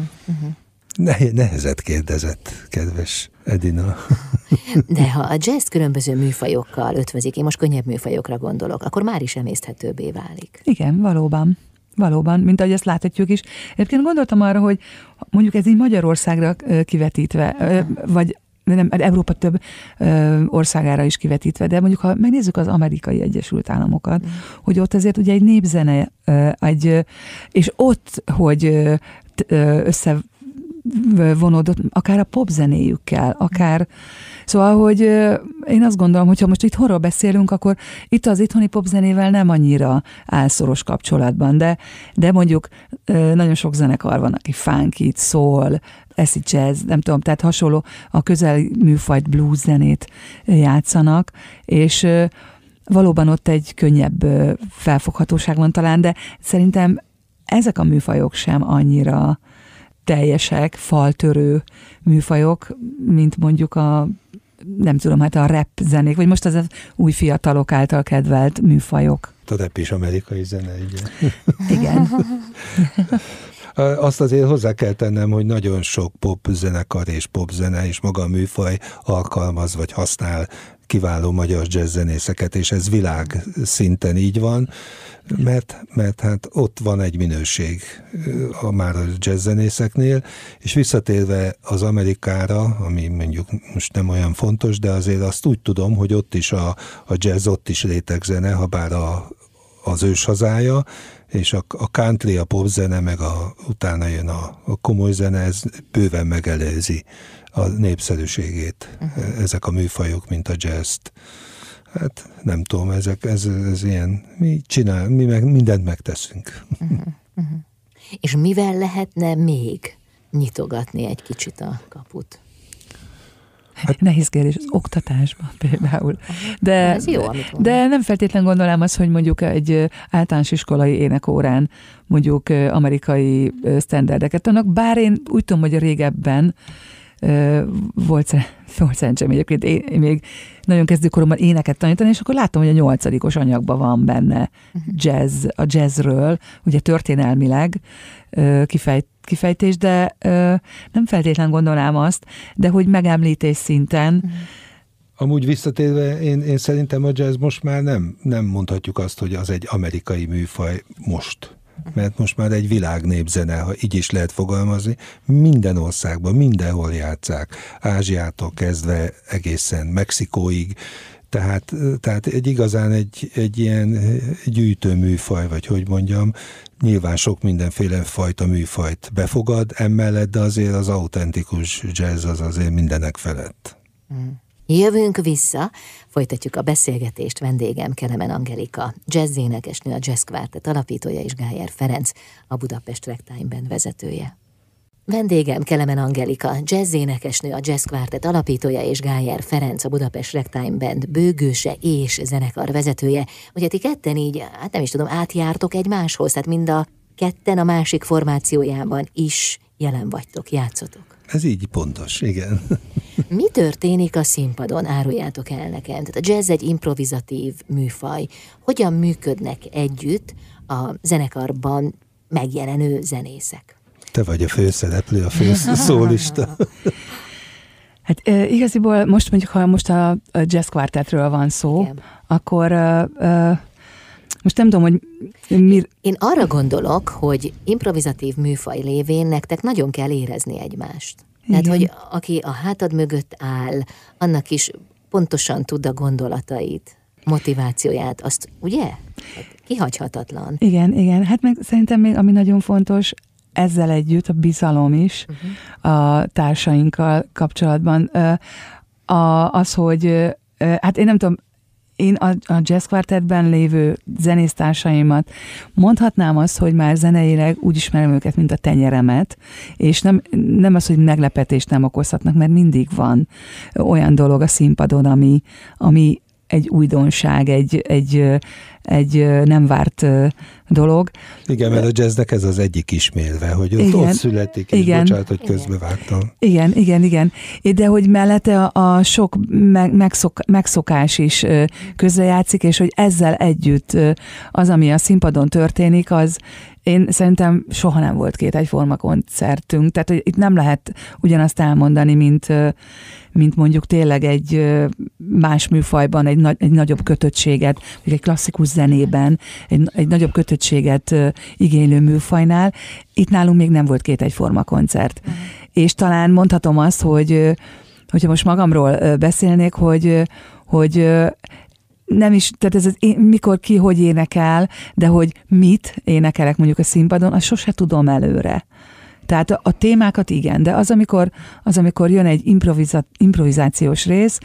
Nehezet kérdezett, kedves Edina. De ha a jazz különböző műfajokkal ötvözik, én most könnyebb műfajokra gondolok, akkor már is emészthetőbbé válik. Igen, valóban, mint ahogy ezt láthatjuk is. Egyébként gondoltam arra, hogy mondjuk ez így Magyarországra kivetítve, vagy nem, Európa több országára is kivetítve, de mondjuk ha megnézzük az Amerikai Egyesült Államokat, hogy ott azért ugye egy népzene, és ott, hogy összevonódott, akár a popzenéjükkel, akár... Szóval, hogy én azt gondolom, hogyha most itt horról beszélünk, akkor itt az itthoni popzenével nem annyira áll szoros kapcsolatban, de mondjuk nagyon sok zenekar van, aki funky, soul, acid jazz, nem tudom, tehát hasonló a közel műfajt blues zenét játszanak, és valóban ott egy könnyebb felfoghatóság van talán, de szerintem ezek a műfajok sem annyira teljesek, faltörő műfajok, mint mondjuk nem tudom, hát a rap zenék, vagy most az új fiatalok által kedvelt műfajok. A rap is amerikai zene, igen. Igen. Azt azért hozzá kell tennem, hogy nagyon sok popzenekar és popzene és maga a műfaj alkalmaz vagy használ kiváló magyar jazzzenészeket, és ez világ szinten így van, mert hát ott van egy minőség már a jazzzenészeknél, és visszatérve az Amerikára, ami mondjuk most nem olyan fontos, de azért azt úgy tudom, hogy ott is a jazz ott is rétegzene, ha bár az őshazája, és a country, a popzene, meg utána jön a komoly zene, ez bőven megelőzi a népszerűségét. Ezek a műfajok, mint a jazzt. Hát nem tudom, ez ilyen, mi mindent megteszünk. És mivel lehetne még nyitogatni egy kicsit a kaput? Hát, nehéz kérdés, az oktatásban például. Ez jó, de nem feltétlen gondolom azt, hogy mondjuk egy általános iskolai énekórán mondjuk amerikai sztenderdeket tanulnak, bár én úgy tudom, hogy régebben volt szerencsém egyébként, én még nagyon kezdőkoromban éneket tanítani, és akkor láttam, hogy a 8. anyagban van benne jazz, a jazzről, ugye történelmileg kifejtés, de nem feltétlen gondolnám azt, de hogy megemlítés szinten. Amúgy visszatérve, én szerintem a jazz most már nem mondhatjuk azt, hogy az egy amerikai műfaj most. Mert most már egy világnépzene, ha így is lehet fogalmazni, minden országban, mindenhol játsszák, Ázsiától kezdve egészen Mexikóig, tehát igazán egy ilyen gyűjtő műfaj, vagy hogy mondjam, nyilván sok mindenféle fajta műfajt befogad emellett, de azért az autentikus jazz az azért mindenek felett. Jövünk vissza, folytatjuk a beszélgetést, vendégem Kelemen Angelika, jazzénekesnő, a Jazz Quartet alapítója, és Gájer Ferenc, a Budapest Ragtime Band vezetője. Vendégem Kelemen Angelika, jazzénekesnő, a Jazz Quartet alapítója, és Gájer Ferenc, a Budapest Ragtime Band bőgőse és zenekar vezetője. Ugye ti ketten így, hát nem is tudom, átjártok egymáshoz, tehát mind a ketten a másik formációjában is jelen vagytok, játszotok. Ez így pontos, igen. Mi történik a színpadon? Áruljátok el nekem. Tehát a jazz egy improvizatív műfaj. Hogyan működnek együtt a zenekarban megjelenő zenészek? Te vagy a főszereplő, a főszólista. Hát igaziból most mondjuk, ha most a jazz quartetről van szó, igen, akkor most nem tudom, hogy Én arra gondolok, hogy improvizatív műfaj lévén nektek nagyon kell érezni egymást. Tehát, hogy aki a hátad mögött áll, annak is pontosan tud a gondolatait, motivációját, azt ugye? Kihagyhatatlan. Igen. Hát meg szerintem még, ami nagyon fontos, ezzel együtt a bizalom is a társainkkal kapcsolatban. Az, hogy hát én nem tudom, én a jazz quartetben lévő zenésztársaimat mondhatnám azt, hogy már zeneileg úgy ismerem őket, mint a tenyeremet, és nem az, hogy meglepetést nem okozhatnak, mert mindig van olyan dolog a színpadon, ami egy újdonság, egy nem várt dolog. Igen, mert a jazznek ez az egyik ismérve, hogy ott születik, és bocsánat, hogy közbevágtam. Igen. De hogy mellette a sok megszokás is közrejátszik, és hogy ezzel együtt az, ami a színpadon történik, az én szerintem soha nem volt két egyforma koncertünk. Tehát, hogy itt nem lehet ugyanazt elmondani, mint mondjuk tényleg egy más műfajban, egy nagyobb kötöttséget, vagy egy klasszikus zenében, egy nagyobb kötöttséget igénylő műfajnál. Itt nálunk még nem volt két egyforma koncert. És talán mondhatom azt, hogyha most magamról beszélnék, hogy nem is, tehát ez mikor ki, hogy énekel, de hogy mit énekelek mondjuk a színpadon, azt sose tudom előre. Tehát a témákat igen, de amikor jön egy improvizációs rész,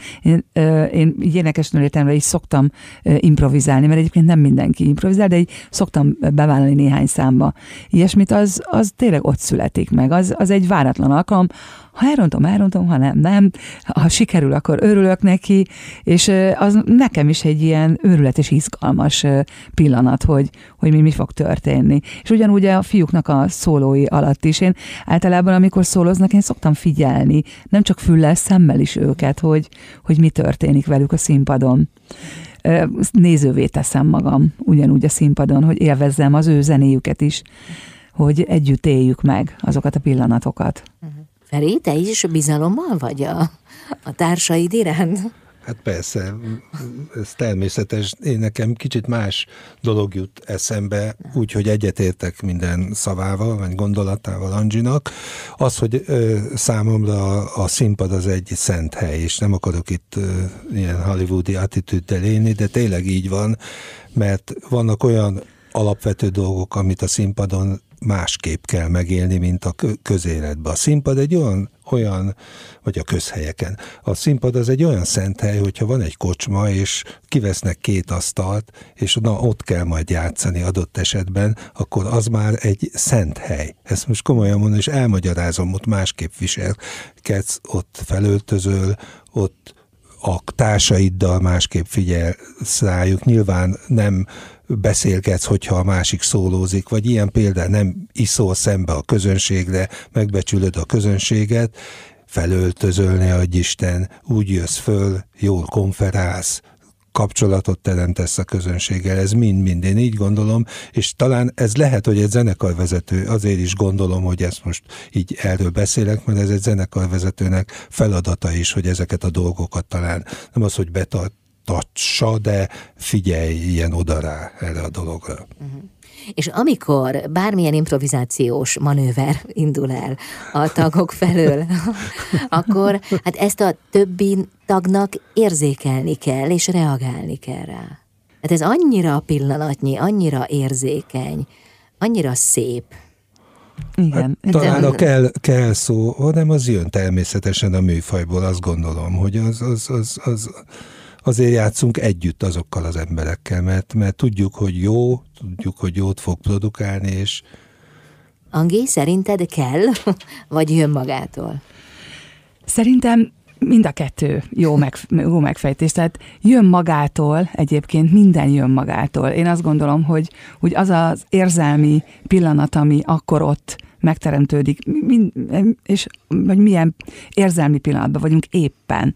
én énekesnő létemre is szoktam improvizálni, mert egyébként nem mindenki improvizál, de így szoktam bevállalni néhány számba. Ilyesmit az tényleg ott születik meg, az egy váratlan alkalom. Ha elrontom, ha nem. Ha sikerül, akkor örülök neki, és az nekem is egy ilyen őrületes, izgalmas pillanat, hogy mi fog történni. És ugyanúgy a fiúknak a szólói alatt is. Én általában, amikor szóloznak, én szoktam figyelni, nem csak füllel, szemmel is őket, hogy mi történik velük a színpadon. Nézővé teszem magam ugyanúgy a színpadon, hogy élvezzem az ő zenéjüket is, hogy együtt éljük meg azokat a pillanatokat. Feri, te is bizalommal vagy a társaid iránt? Hát persze, ez természetes. Én nekem kicsit más dolog jut eszembe, úgyhogy egyetértek minden szavával, vagy gondolatával Anginak. Az, hogy számomra a színpad az egy szent hely, és nem akarok itt ilyen hollywoodi attitűddel élni, de tényleg így van, mert vannak olyan alapvető dolgok, amit a színpadon másképp kell megélni, mint a közéletben. A színpad egy olyan, vagy a közhelyeken. A színpad az egy olyan szent hely, hogyha van egy kocsma, és kivesznek két asztalt, és ott kell majd játszani adott esetben, akkor az már egy szent hely. Ezt most komolyan mondom, és elmagyarázom, ott másképp viselkedsz, ott felöltözöl, ott a társaiddal másképp figyelsz rájuk. Nyilván nem beszélgetsz, hogyha a másik szólózik, vagy ilyen például nem iszol szembe a közönségre, megbecsülöd a közönséget, felöltözöl, ne adj Isten, úgy jössz föl, jól konferálsz, kapcsolatot teremtesz a közönséggel, ez mind-mind, én így gondolom, és talán ez lehet, hogy egy zenekarvezető, azért is gondolom, hogy ezt most így erről beszélek, mert ez egy zenekarvezetőnek feladata is, hogy ezeket a dolgokat talán, nem az, hogy betartassa, de figyeljen oda rá erre a dologra. És amikor bármilyen improvizációs manőver indul el a tagok felől, akkor hát ezt a többi tagnak érzékelni kell, és reagálni kell rá. Hát ez annyira pillanatnyi, annyira érzékeny, annyira szép. Igen. Hát, talán a kell szó, hanem az jön természetesen a műfajból, azt gondolom, hogy azért játszunk együtt azokkal az emberekkel, mert tudjuk, hogy jó, tudjuk, hogy jót fog produkálni, és... Angi, szerinted kell, vagy jön magától? Szerintem mind a kettő jó megfejtés. Tehát jön magától, egyébként minden jön magától. Én azt gondolom, hogy az az érzelmi pillanat, ami akkor ott megteremtődik, és vagy milyen érzelmi pillanatban vagyunk éppen,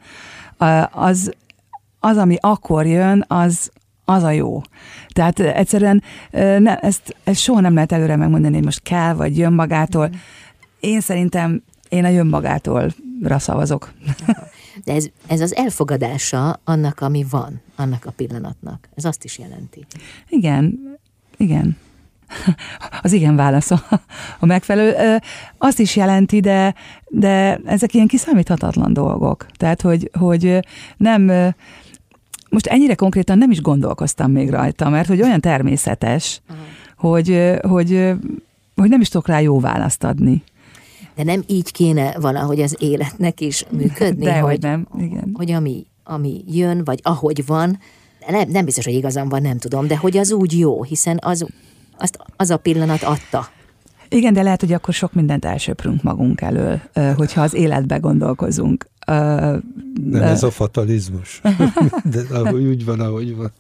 az, ami akkor jön, az a jó. Tehát egyszerűen ezt soha nem lehet előre megmondani, hogy most kell, vagy jön magától. Én szerintem a jön magától szavazok. De ez az elfogadása annak, ami van, annak a pillanatnak. Ez azt is jelenti. Igen. Az igen válasz a megfelelő. Azt is jelenti, de ezek ilyen kiszámíthatatlan dolgok. Tehát, hogy nem... Most ennyire konkrétan nem is gondolkoztam még rajta, mert hogy olyan természetes, hogy nem is tudok rá jó választ adni. De nem így kéne valahogy az életnek is működni? Dehogy nem, igen. Hogy ami jön, vagy ahogy van, nem biztos, hogy igazam van, nem tudom, de hogy az úgy jó, hiszen az a pillanat adta. Igen, de lehet, hogy akkor sok mindent elsöprünk magunk elől, hogyha az életbe gondolkozunk. Nem ez a fatalizmus. De úgy van, ahogy van.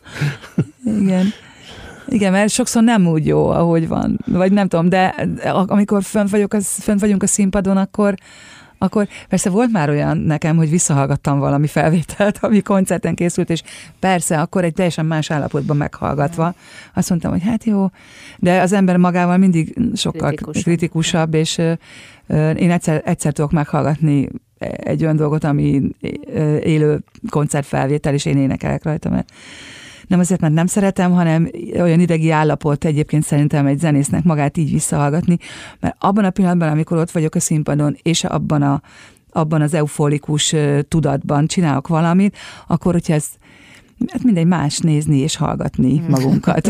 Igen, mert sokszor nem úgy jó, ahogy van. Vagy nem tudom, de amikor fönt vagyunk a színpadon, akkor persze volt már olyan nekem, hogy visszahallgattam valami felvételt, ami koncerten készült, és persze akkor egy teljesen más állapotban meghallgatva azt mondtam, hogy hát jó, de az ember magával mindig sokkal kritikusabb, és én egyszer tudok meghallgatni egy olyan dolgot, ami élő koncertfelvétel, és én énekelek rajta, mert nem azért, mert nem szeretem, hanem olyan idegi állapot egyébként szerintem egy zenésznek magát így visszahallgatni, mert abban a pillanatban, amikor ott vagyok a színpadon, és abban az euforikus tudatban csinálok valamit, akkor, hogyha ez mindegy más nézni és hallgatni magunkat.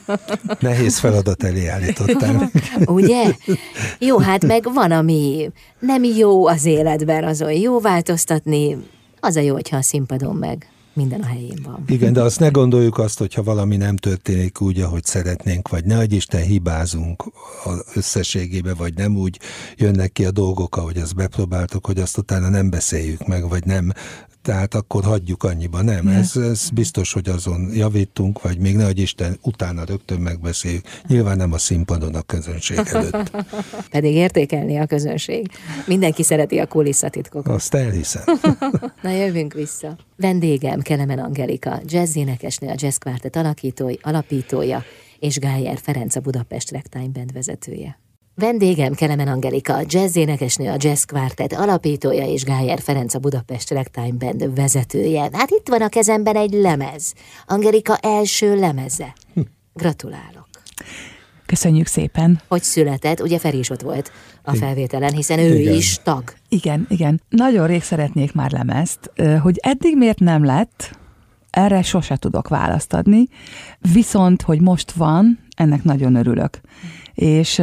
Nehéz feladat elé állítottam. Ugye? Jó, hát meg van, ami nem jó az életben, azon jó változtatni, az a jó, hogyha a színpadon meg minden a helyén van. Igen, de azt ne gondoljuk azt, hogyha valami nem történik úgy, ahogy szeretnénk, vagy ne adj Isten hibázunk összességébe, vagy nem úgy jönnek ki a dolgok, ahogy azt bepróbáltuk, hogy azt utána nem beszéljük meg, vagy nem. Tehát akkor hagyjuk annyiba. Nem, ez biztos, hogy azon javítunk, vagy még ne adj Isten, utána rögtön megbeszéljük. Nyilván nem a színpadon a közönség előtt. Pedig értékelni a közönség. Mindenki szereti a kulisszatitkokat. Azt elhiszem. Na, jövünk vissza. Vendégem Kelemen Angelika, jazzénekesnő, a Jazz Quartet alapítója, és Gájer Ferenc, a Budapest Ragtime Band vezetője. Vendégem Kelemen Angelika, jazzénekesnő, a Jazz Quartet alapítója, és Gájer Ferenc, a Budapest Ragtime Band vezetője. Hát itt van a kezemben egy lemez. Angelika első lemeze. Gratulálok. Köszönjük szépen. Hogy született, ugye Feri is ott volt a felvételen, hiszen ő is tag. Igen. Nagyon rég szeretnék már lemezt, hogy eddig miért nem lett, erre sose tudok választ adni, viszont, hogy most van, ennek nagyon örülök. És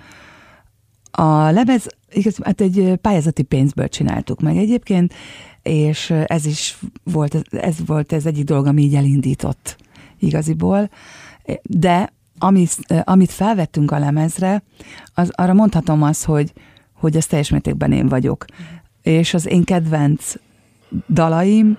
a lemez, hát egy pályázati pénzből csináltuk meg egyébként, és ez volt ez egyik dolog, ami így elindított igaziból, de amit felvettünk a lemezre, arra mondhatom azt, hogy ez teljes mértékben én vagyok. És az én kedvenc dalaim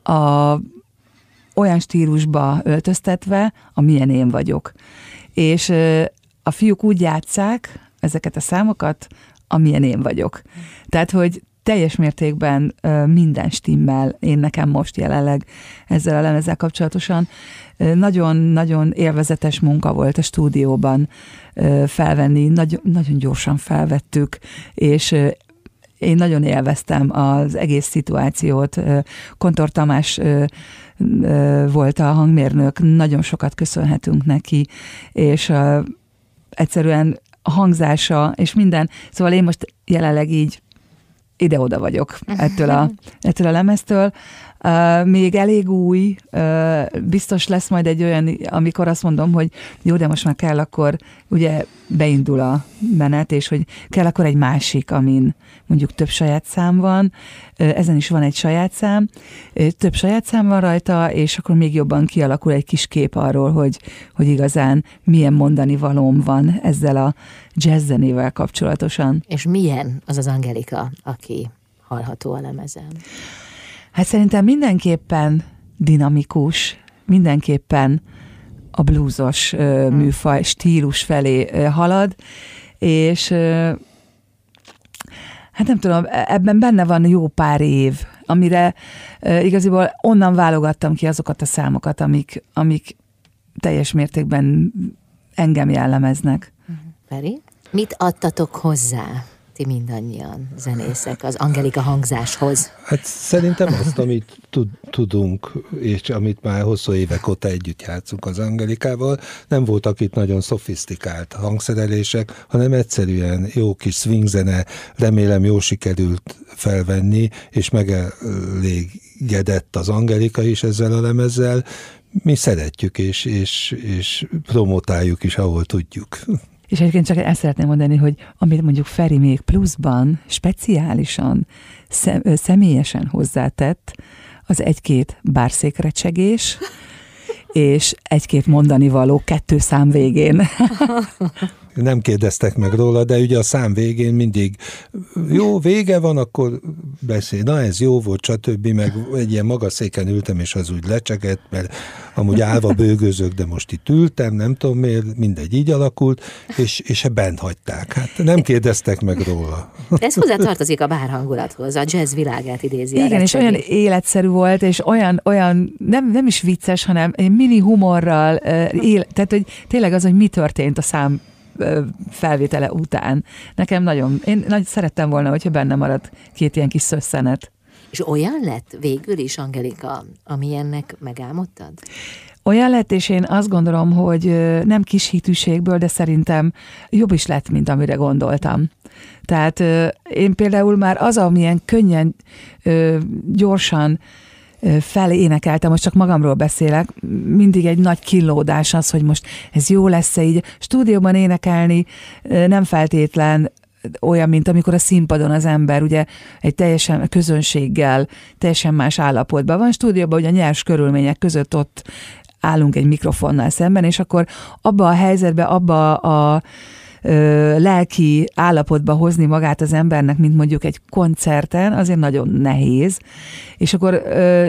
olyan stílusba öltöztetve, amilyen én vagyok. És a fiúk úgy játsszák ezeket a számokat, amilyen én vagyok. Tehát, hogy teljes mértékben minden stimmel én nekem most jelenleg ezzel a lemezzel kapcsolatosan. Nagyon-nagyon élvezetes munka volt a stúdióban felvenni, nagyon gyorsan felvettük, és én nagyon élveztem az egész szituációt. Kontor Tamás volt a hangmérnök, nagyon sokat köszönhetünk neki, és egyszerűen a hangzása és minden. Szóval én most jelenleg így ide-oda vagyok ettől a lemeztől. Még elég új, biztos lesz majd egy olyan, amikor azt mondom, hogy jó, de most már kell, akkor ugye beindul a menet, és hogy kell akkor egy másik, amin mondjuk több saját szám van, ezen is van egy saját szám, több saját szám van rajta, és akkor még jobban kialakul egy kis kép arról, hogy igazán milyen mondani valóm van ezzel a jazz zenével kapcsolatosan. És milyen az Angelika, aki hallható a lemezen? Hát szerintem mindenképpen dinamikus, mindenképpen a bluesos műfaj, stílus felé halad, és hát nem tudom, ebben benne van jó pár év, amire igaziból onnan válogattam ki azokat a számokat, amik teljes mértékben engem jellemeznek. Feri, mit adtatok hozzá ti mindannyian zenészek az Angelika hangzáshoz? Hát szerintem azt, amit tudunk, és amit már hosszú évek óta együtt játszunk az Angelikával, nem voltak itt nagyon szofisztikált hangszerelések, hanem egyszerűen jó kis swingzene, remélem jól sikerült felvenni, és megelégedett az Angelika is ezzel a lemezzel. Mi szeretjük, és promotáljuk is, ahol tudjuk. És egyébként csak ezt szeretném mondani, hogy amit mondjuk Feri még pluszban, speciálisan, személyesen hozzátett, az egy-két bárszékrecsegés, és egy-két mondani való 2 szám végén. Nem kérdeztek meg róla, de ugye a szám végén mindig jó, vége van, akkor beszél. Na ez jó volt, stb. Meg egy ilyen magas széken ültem, és az úgy lecsegett, mert amúgy állva bőgözök, de most itt ültem, nem tudom miért, mindegy, így alakult, és bent hagyták. Hát nem kérdeztek meg róla. Ez hozzá tartozik a bárhangulathoz, a jazz világát idézi. Igen, és olyan életszerű volt, és olyan nem is vicces, hanem mini humorral, tehát hogy tényleg az, hogy mi történt a szám felvétele után. Nekem én nagyon szerettem volna, hogyha benne maradt 2 ilyen kis szösszenet. És olyan lett végül is, Angelika, amilyennek megálmodtad? Olyan lett, és én azt gondolom, hogy nem kis hitűségből, de szerintem jobb is lett, mint amire gondoltam. Tehát én például már az, amilyen könnyen, gyorsan felénekeltem, most csak magamról beszélek, mindig egy nagy kínlódás az, hogy most ez jó lesz-e így. Stúdióban énekelni nem feltétlen olyan, mint amikor a színpadon az ember ugye egy teljesen közönséggel, teljesen más állapotban van. Stúdióban ugye nyers körülmények között ott állunk egy mikrofonnal szemben, és akkor abba a helyzetbe, abba a lelki állapotba hozni magát az embernek, mint mondjuk egy koncerten, azért nagyon nehéz. És akkor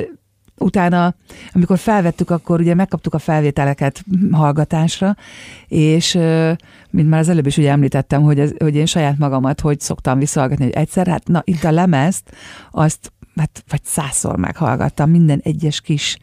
utána, amikor felvettük, akkor ugye megkaptuk a felvételeket hallgatásra, és mint már az előbb is ugye említettem, hogy én saját magamat hogy szoktam visszahallgatni, hogy egyszer, hát na itt a lemezt, azt hát vagy 100-szor meghallgattam minden egyes kis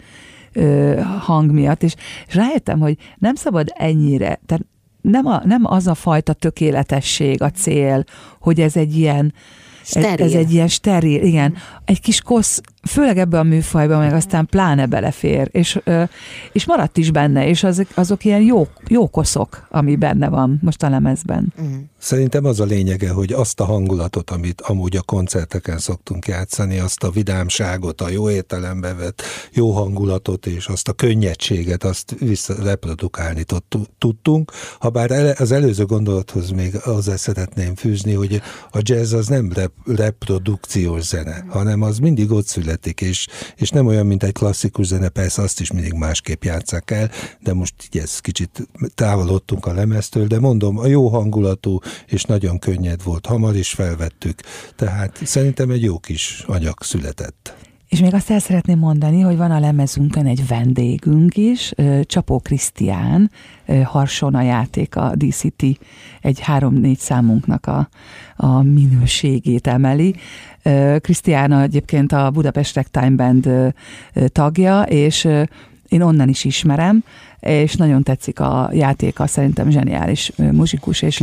hang miatt, és rájöttem, hogy nem szabad ennyire, tehát nem az a fajta tökéletesség a cél, hogy ez egy ilyen steril. Ez egy ilyen steril, igen. Egy kis kosz, főleg ebben a műfajban, meg aztán pláne belefér, és maradt is benne, és azok ilyen jó koszok, ami benne van most a lemezben. Szerintem az a lényege, hogy azt a hangulatot, amit amúgy a koncerteken szoktunk játszani, azt a vidámságot, a jó értelembe vett jó hangulatot, és azt a könnyedséget, azt reprodukálni tudtunk. Habár az előző gondolathoz még hozzá szeretném fűzni, hogy a jazz az nem reprodukciós zene, hanem az mindig ott születik, és nem olyan, mint egy klasszikus zene, persze azt is mindig másképp játsszák el, de most így ez kicsit távolodtunk a lemeztől, de mondom, a jó hangulatú és nagyon könnyed volt, hamar is felvettük, tehát szerintem egy jó kis anyag született. És még azt el szeretném mondani, hogy van a lemezünkön egy vendégünk is, Csapó Krisztián, Harsona játék, a DCT egy 3-4 számunknak a minőségét emeli. Krisztián egyébként a Budapest Ragtime Band tagja, és én onnan is ismerem, és nagyon tetszik a játéka, szerintem zseniális muzsikus, és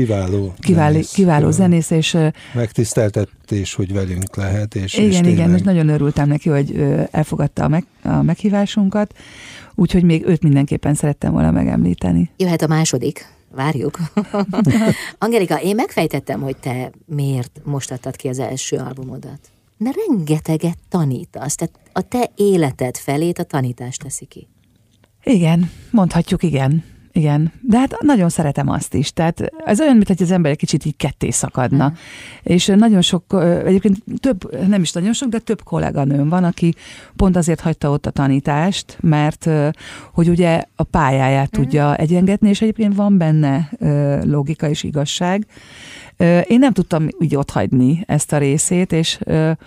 kiváló zenész, és megtiszteltetés, hogy velünk lehet, és igen, és nagyon örültem neki, hogy elfogadta a meghívásunkat, úgyhogy még őt mindenképpen szerettem volna megemlíteni. Jöhet a második. Várjuk. Angelika, én megfejtettem, hogy te miért most adtad ki az első albumodat. Mert rengeteget tanítasz, tehát a te életed felét a tanítás teszi ki. Igen, mondhatjuk igen. De hát nagyon szeretem azt is. Tehát ez olyan, mintha az ember egy kicsit így ketté szakadna. És nagyon sok, egyébként nem is nagyon sok, de több kolléganőm van, aki pont azért hagyta ott a tanítást, mert hogy ugye a pályáját tudja egyengetni, és egyébként van benne logika és igazság. Én nem tudtam így otthagyni ezt a részét, és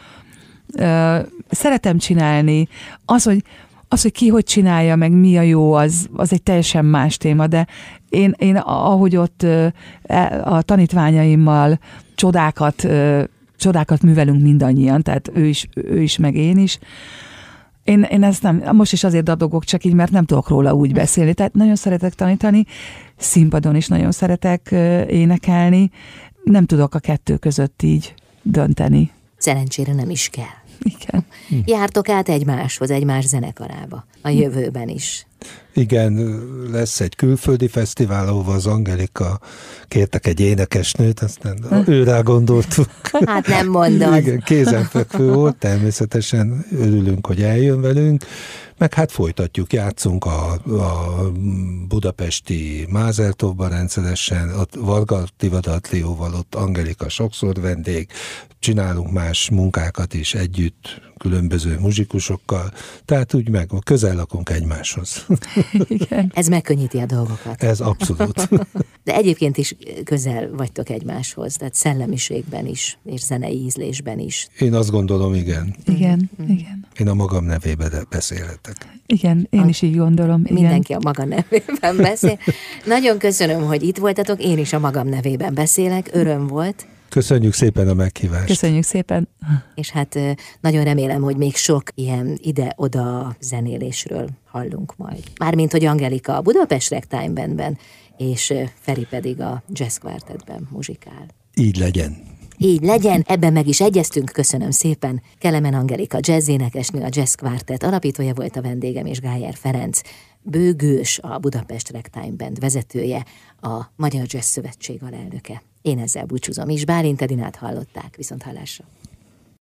szeretem csinálni. Az, hogy ki hogy csinálja, meg mi a jó, az egy teljesen más téma, de én ahogy ott a tanítványaimmal csodákat művelünk mindannyian, tehát ő is, meg én is. Én ezt nem, most is azért dadogok csak így, mert nem tudok róla úgy beszélni, tehát nagyon szeretek tanítani, színpadon is nagyon szeretek énekelni, nem tudok a kettő között így dönteni. Szerencsére nem is kell. Igen. Jártok át egymás zenekarába a jövőben is. Igen, lesz egy külföldi fesztivál, ahova az Angelika kértek egy énekesnőt, aztán őrá gondoltuk. Hát nem mondod. Igen, kézenfekvő volt, természetesen örülünk, hogy eljön velünk, meg hát folytatjuk, játszunk a budapesti Mázertóban rendszeresen, ott Varga Tivadar-trióval, ott Angelika sokszor vendég, csinálunk más munkákat is együtt, különböző muzsikusokkal, tehát úgy meg közel lakunk egymáshoz. Igen. Ez megkönnyíti a dolgokat. Ez abszolút. De egyébként is közel vagytok egymáshoz, tehát szellemiségben is, és zenei ízlésben is. Én azt gondolom, igen. Igen, igen. Én a magam nevében beszélhetek. Igen, én is így gondolom. Igen. Mindenki a maga nevében beszél. Nagyon köszönöm, hogy itt voltatok, én is a magam nevében beszélek, öröm volt. Köszönjük szépen a meghívást. Köszönjük szépen. És hát nagyon remélem, hogy még sok ilyen ide-oda zenélésről hallunk majd. Mármint, hogy Angelika a Budapest Ragtime Bandben, és Feri pedig a Jazz Quartetben muzsikál. Így legyen. Így legyen, ebben meg is egyeztünk, köszönöm szépen. Kelemen Angelika jazzénekesnő, a Jazz Quartet alapítója volt a vendégem, és Gájer Ferenc, bőgős, a Budapest Ragtime Band vezetője, a Magyar Jazz Szövetség alelnöke. Én ezzel búcsúzom is, Bálint Edinát hallották, viszont hallásra.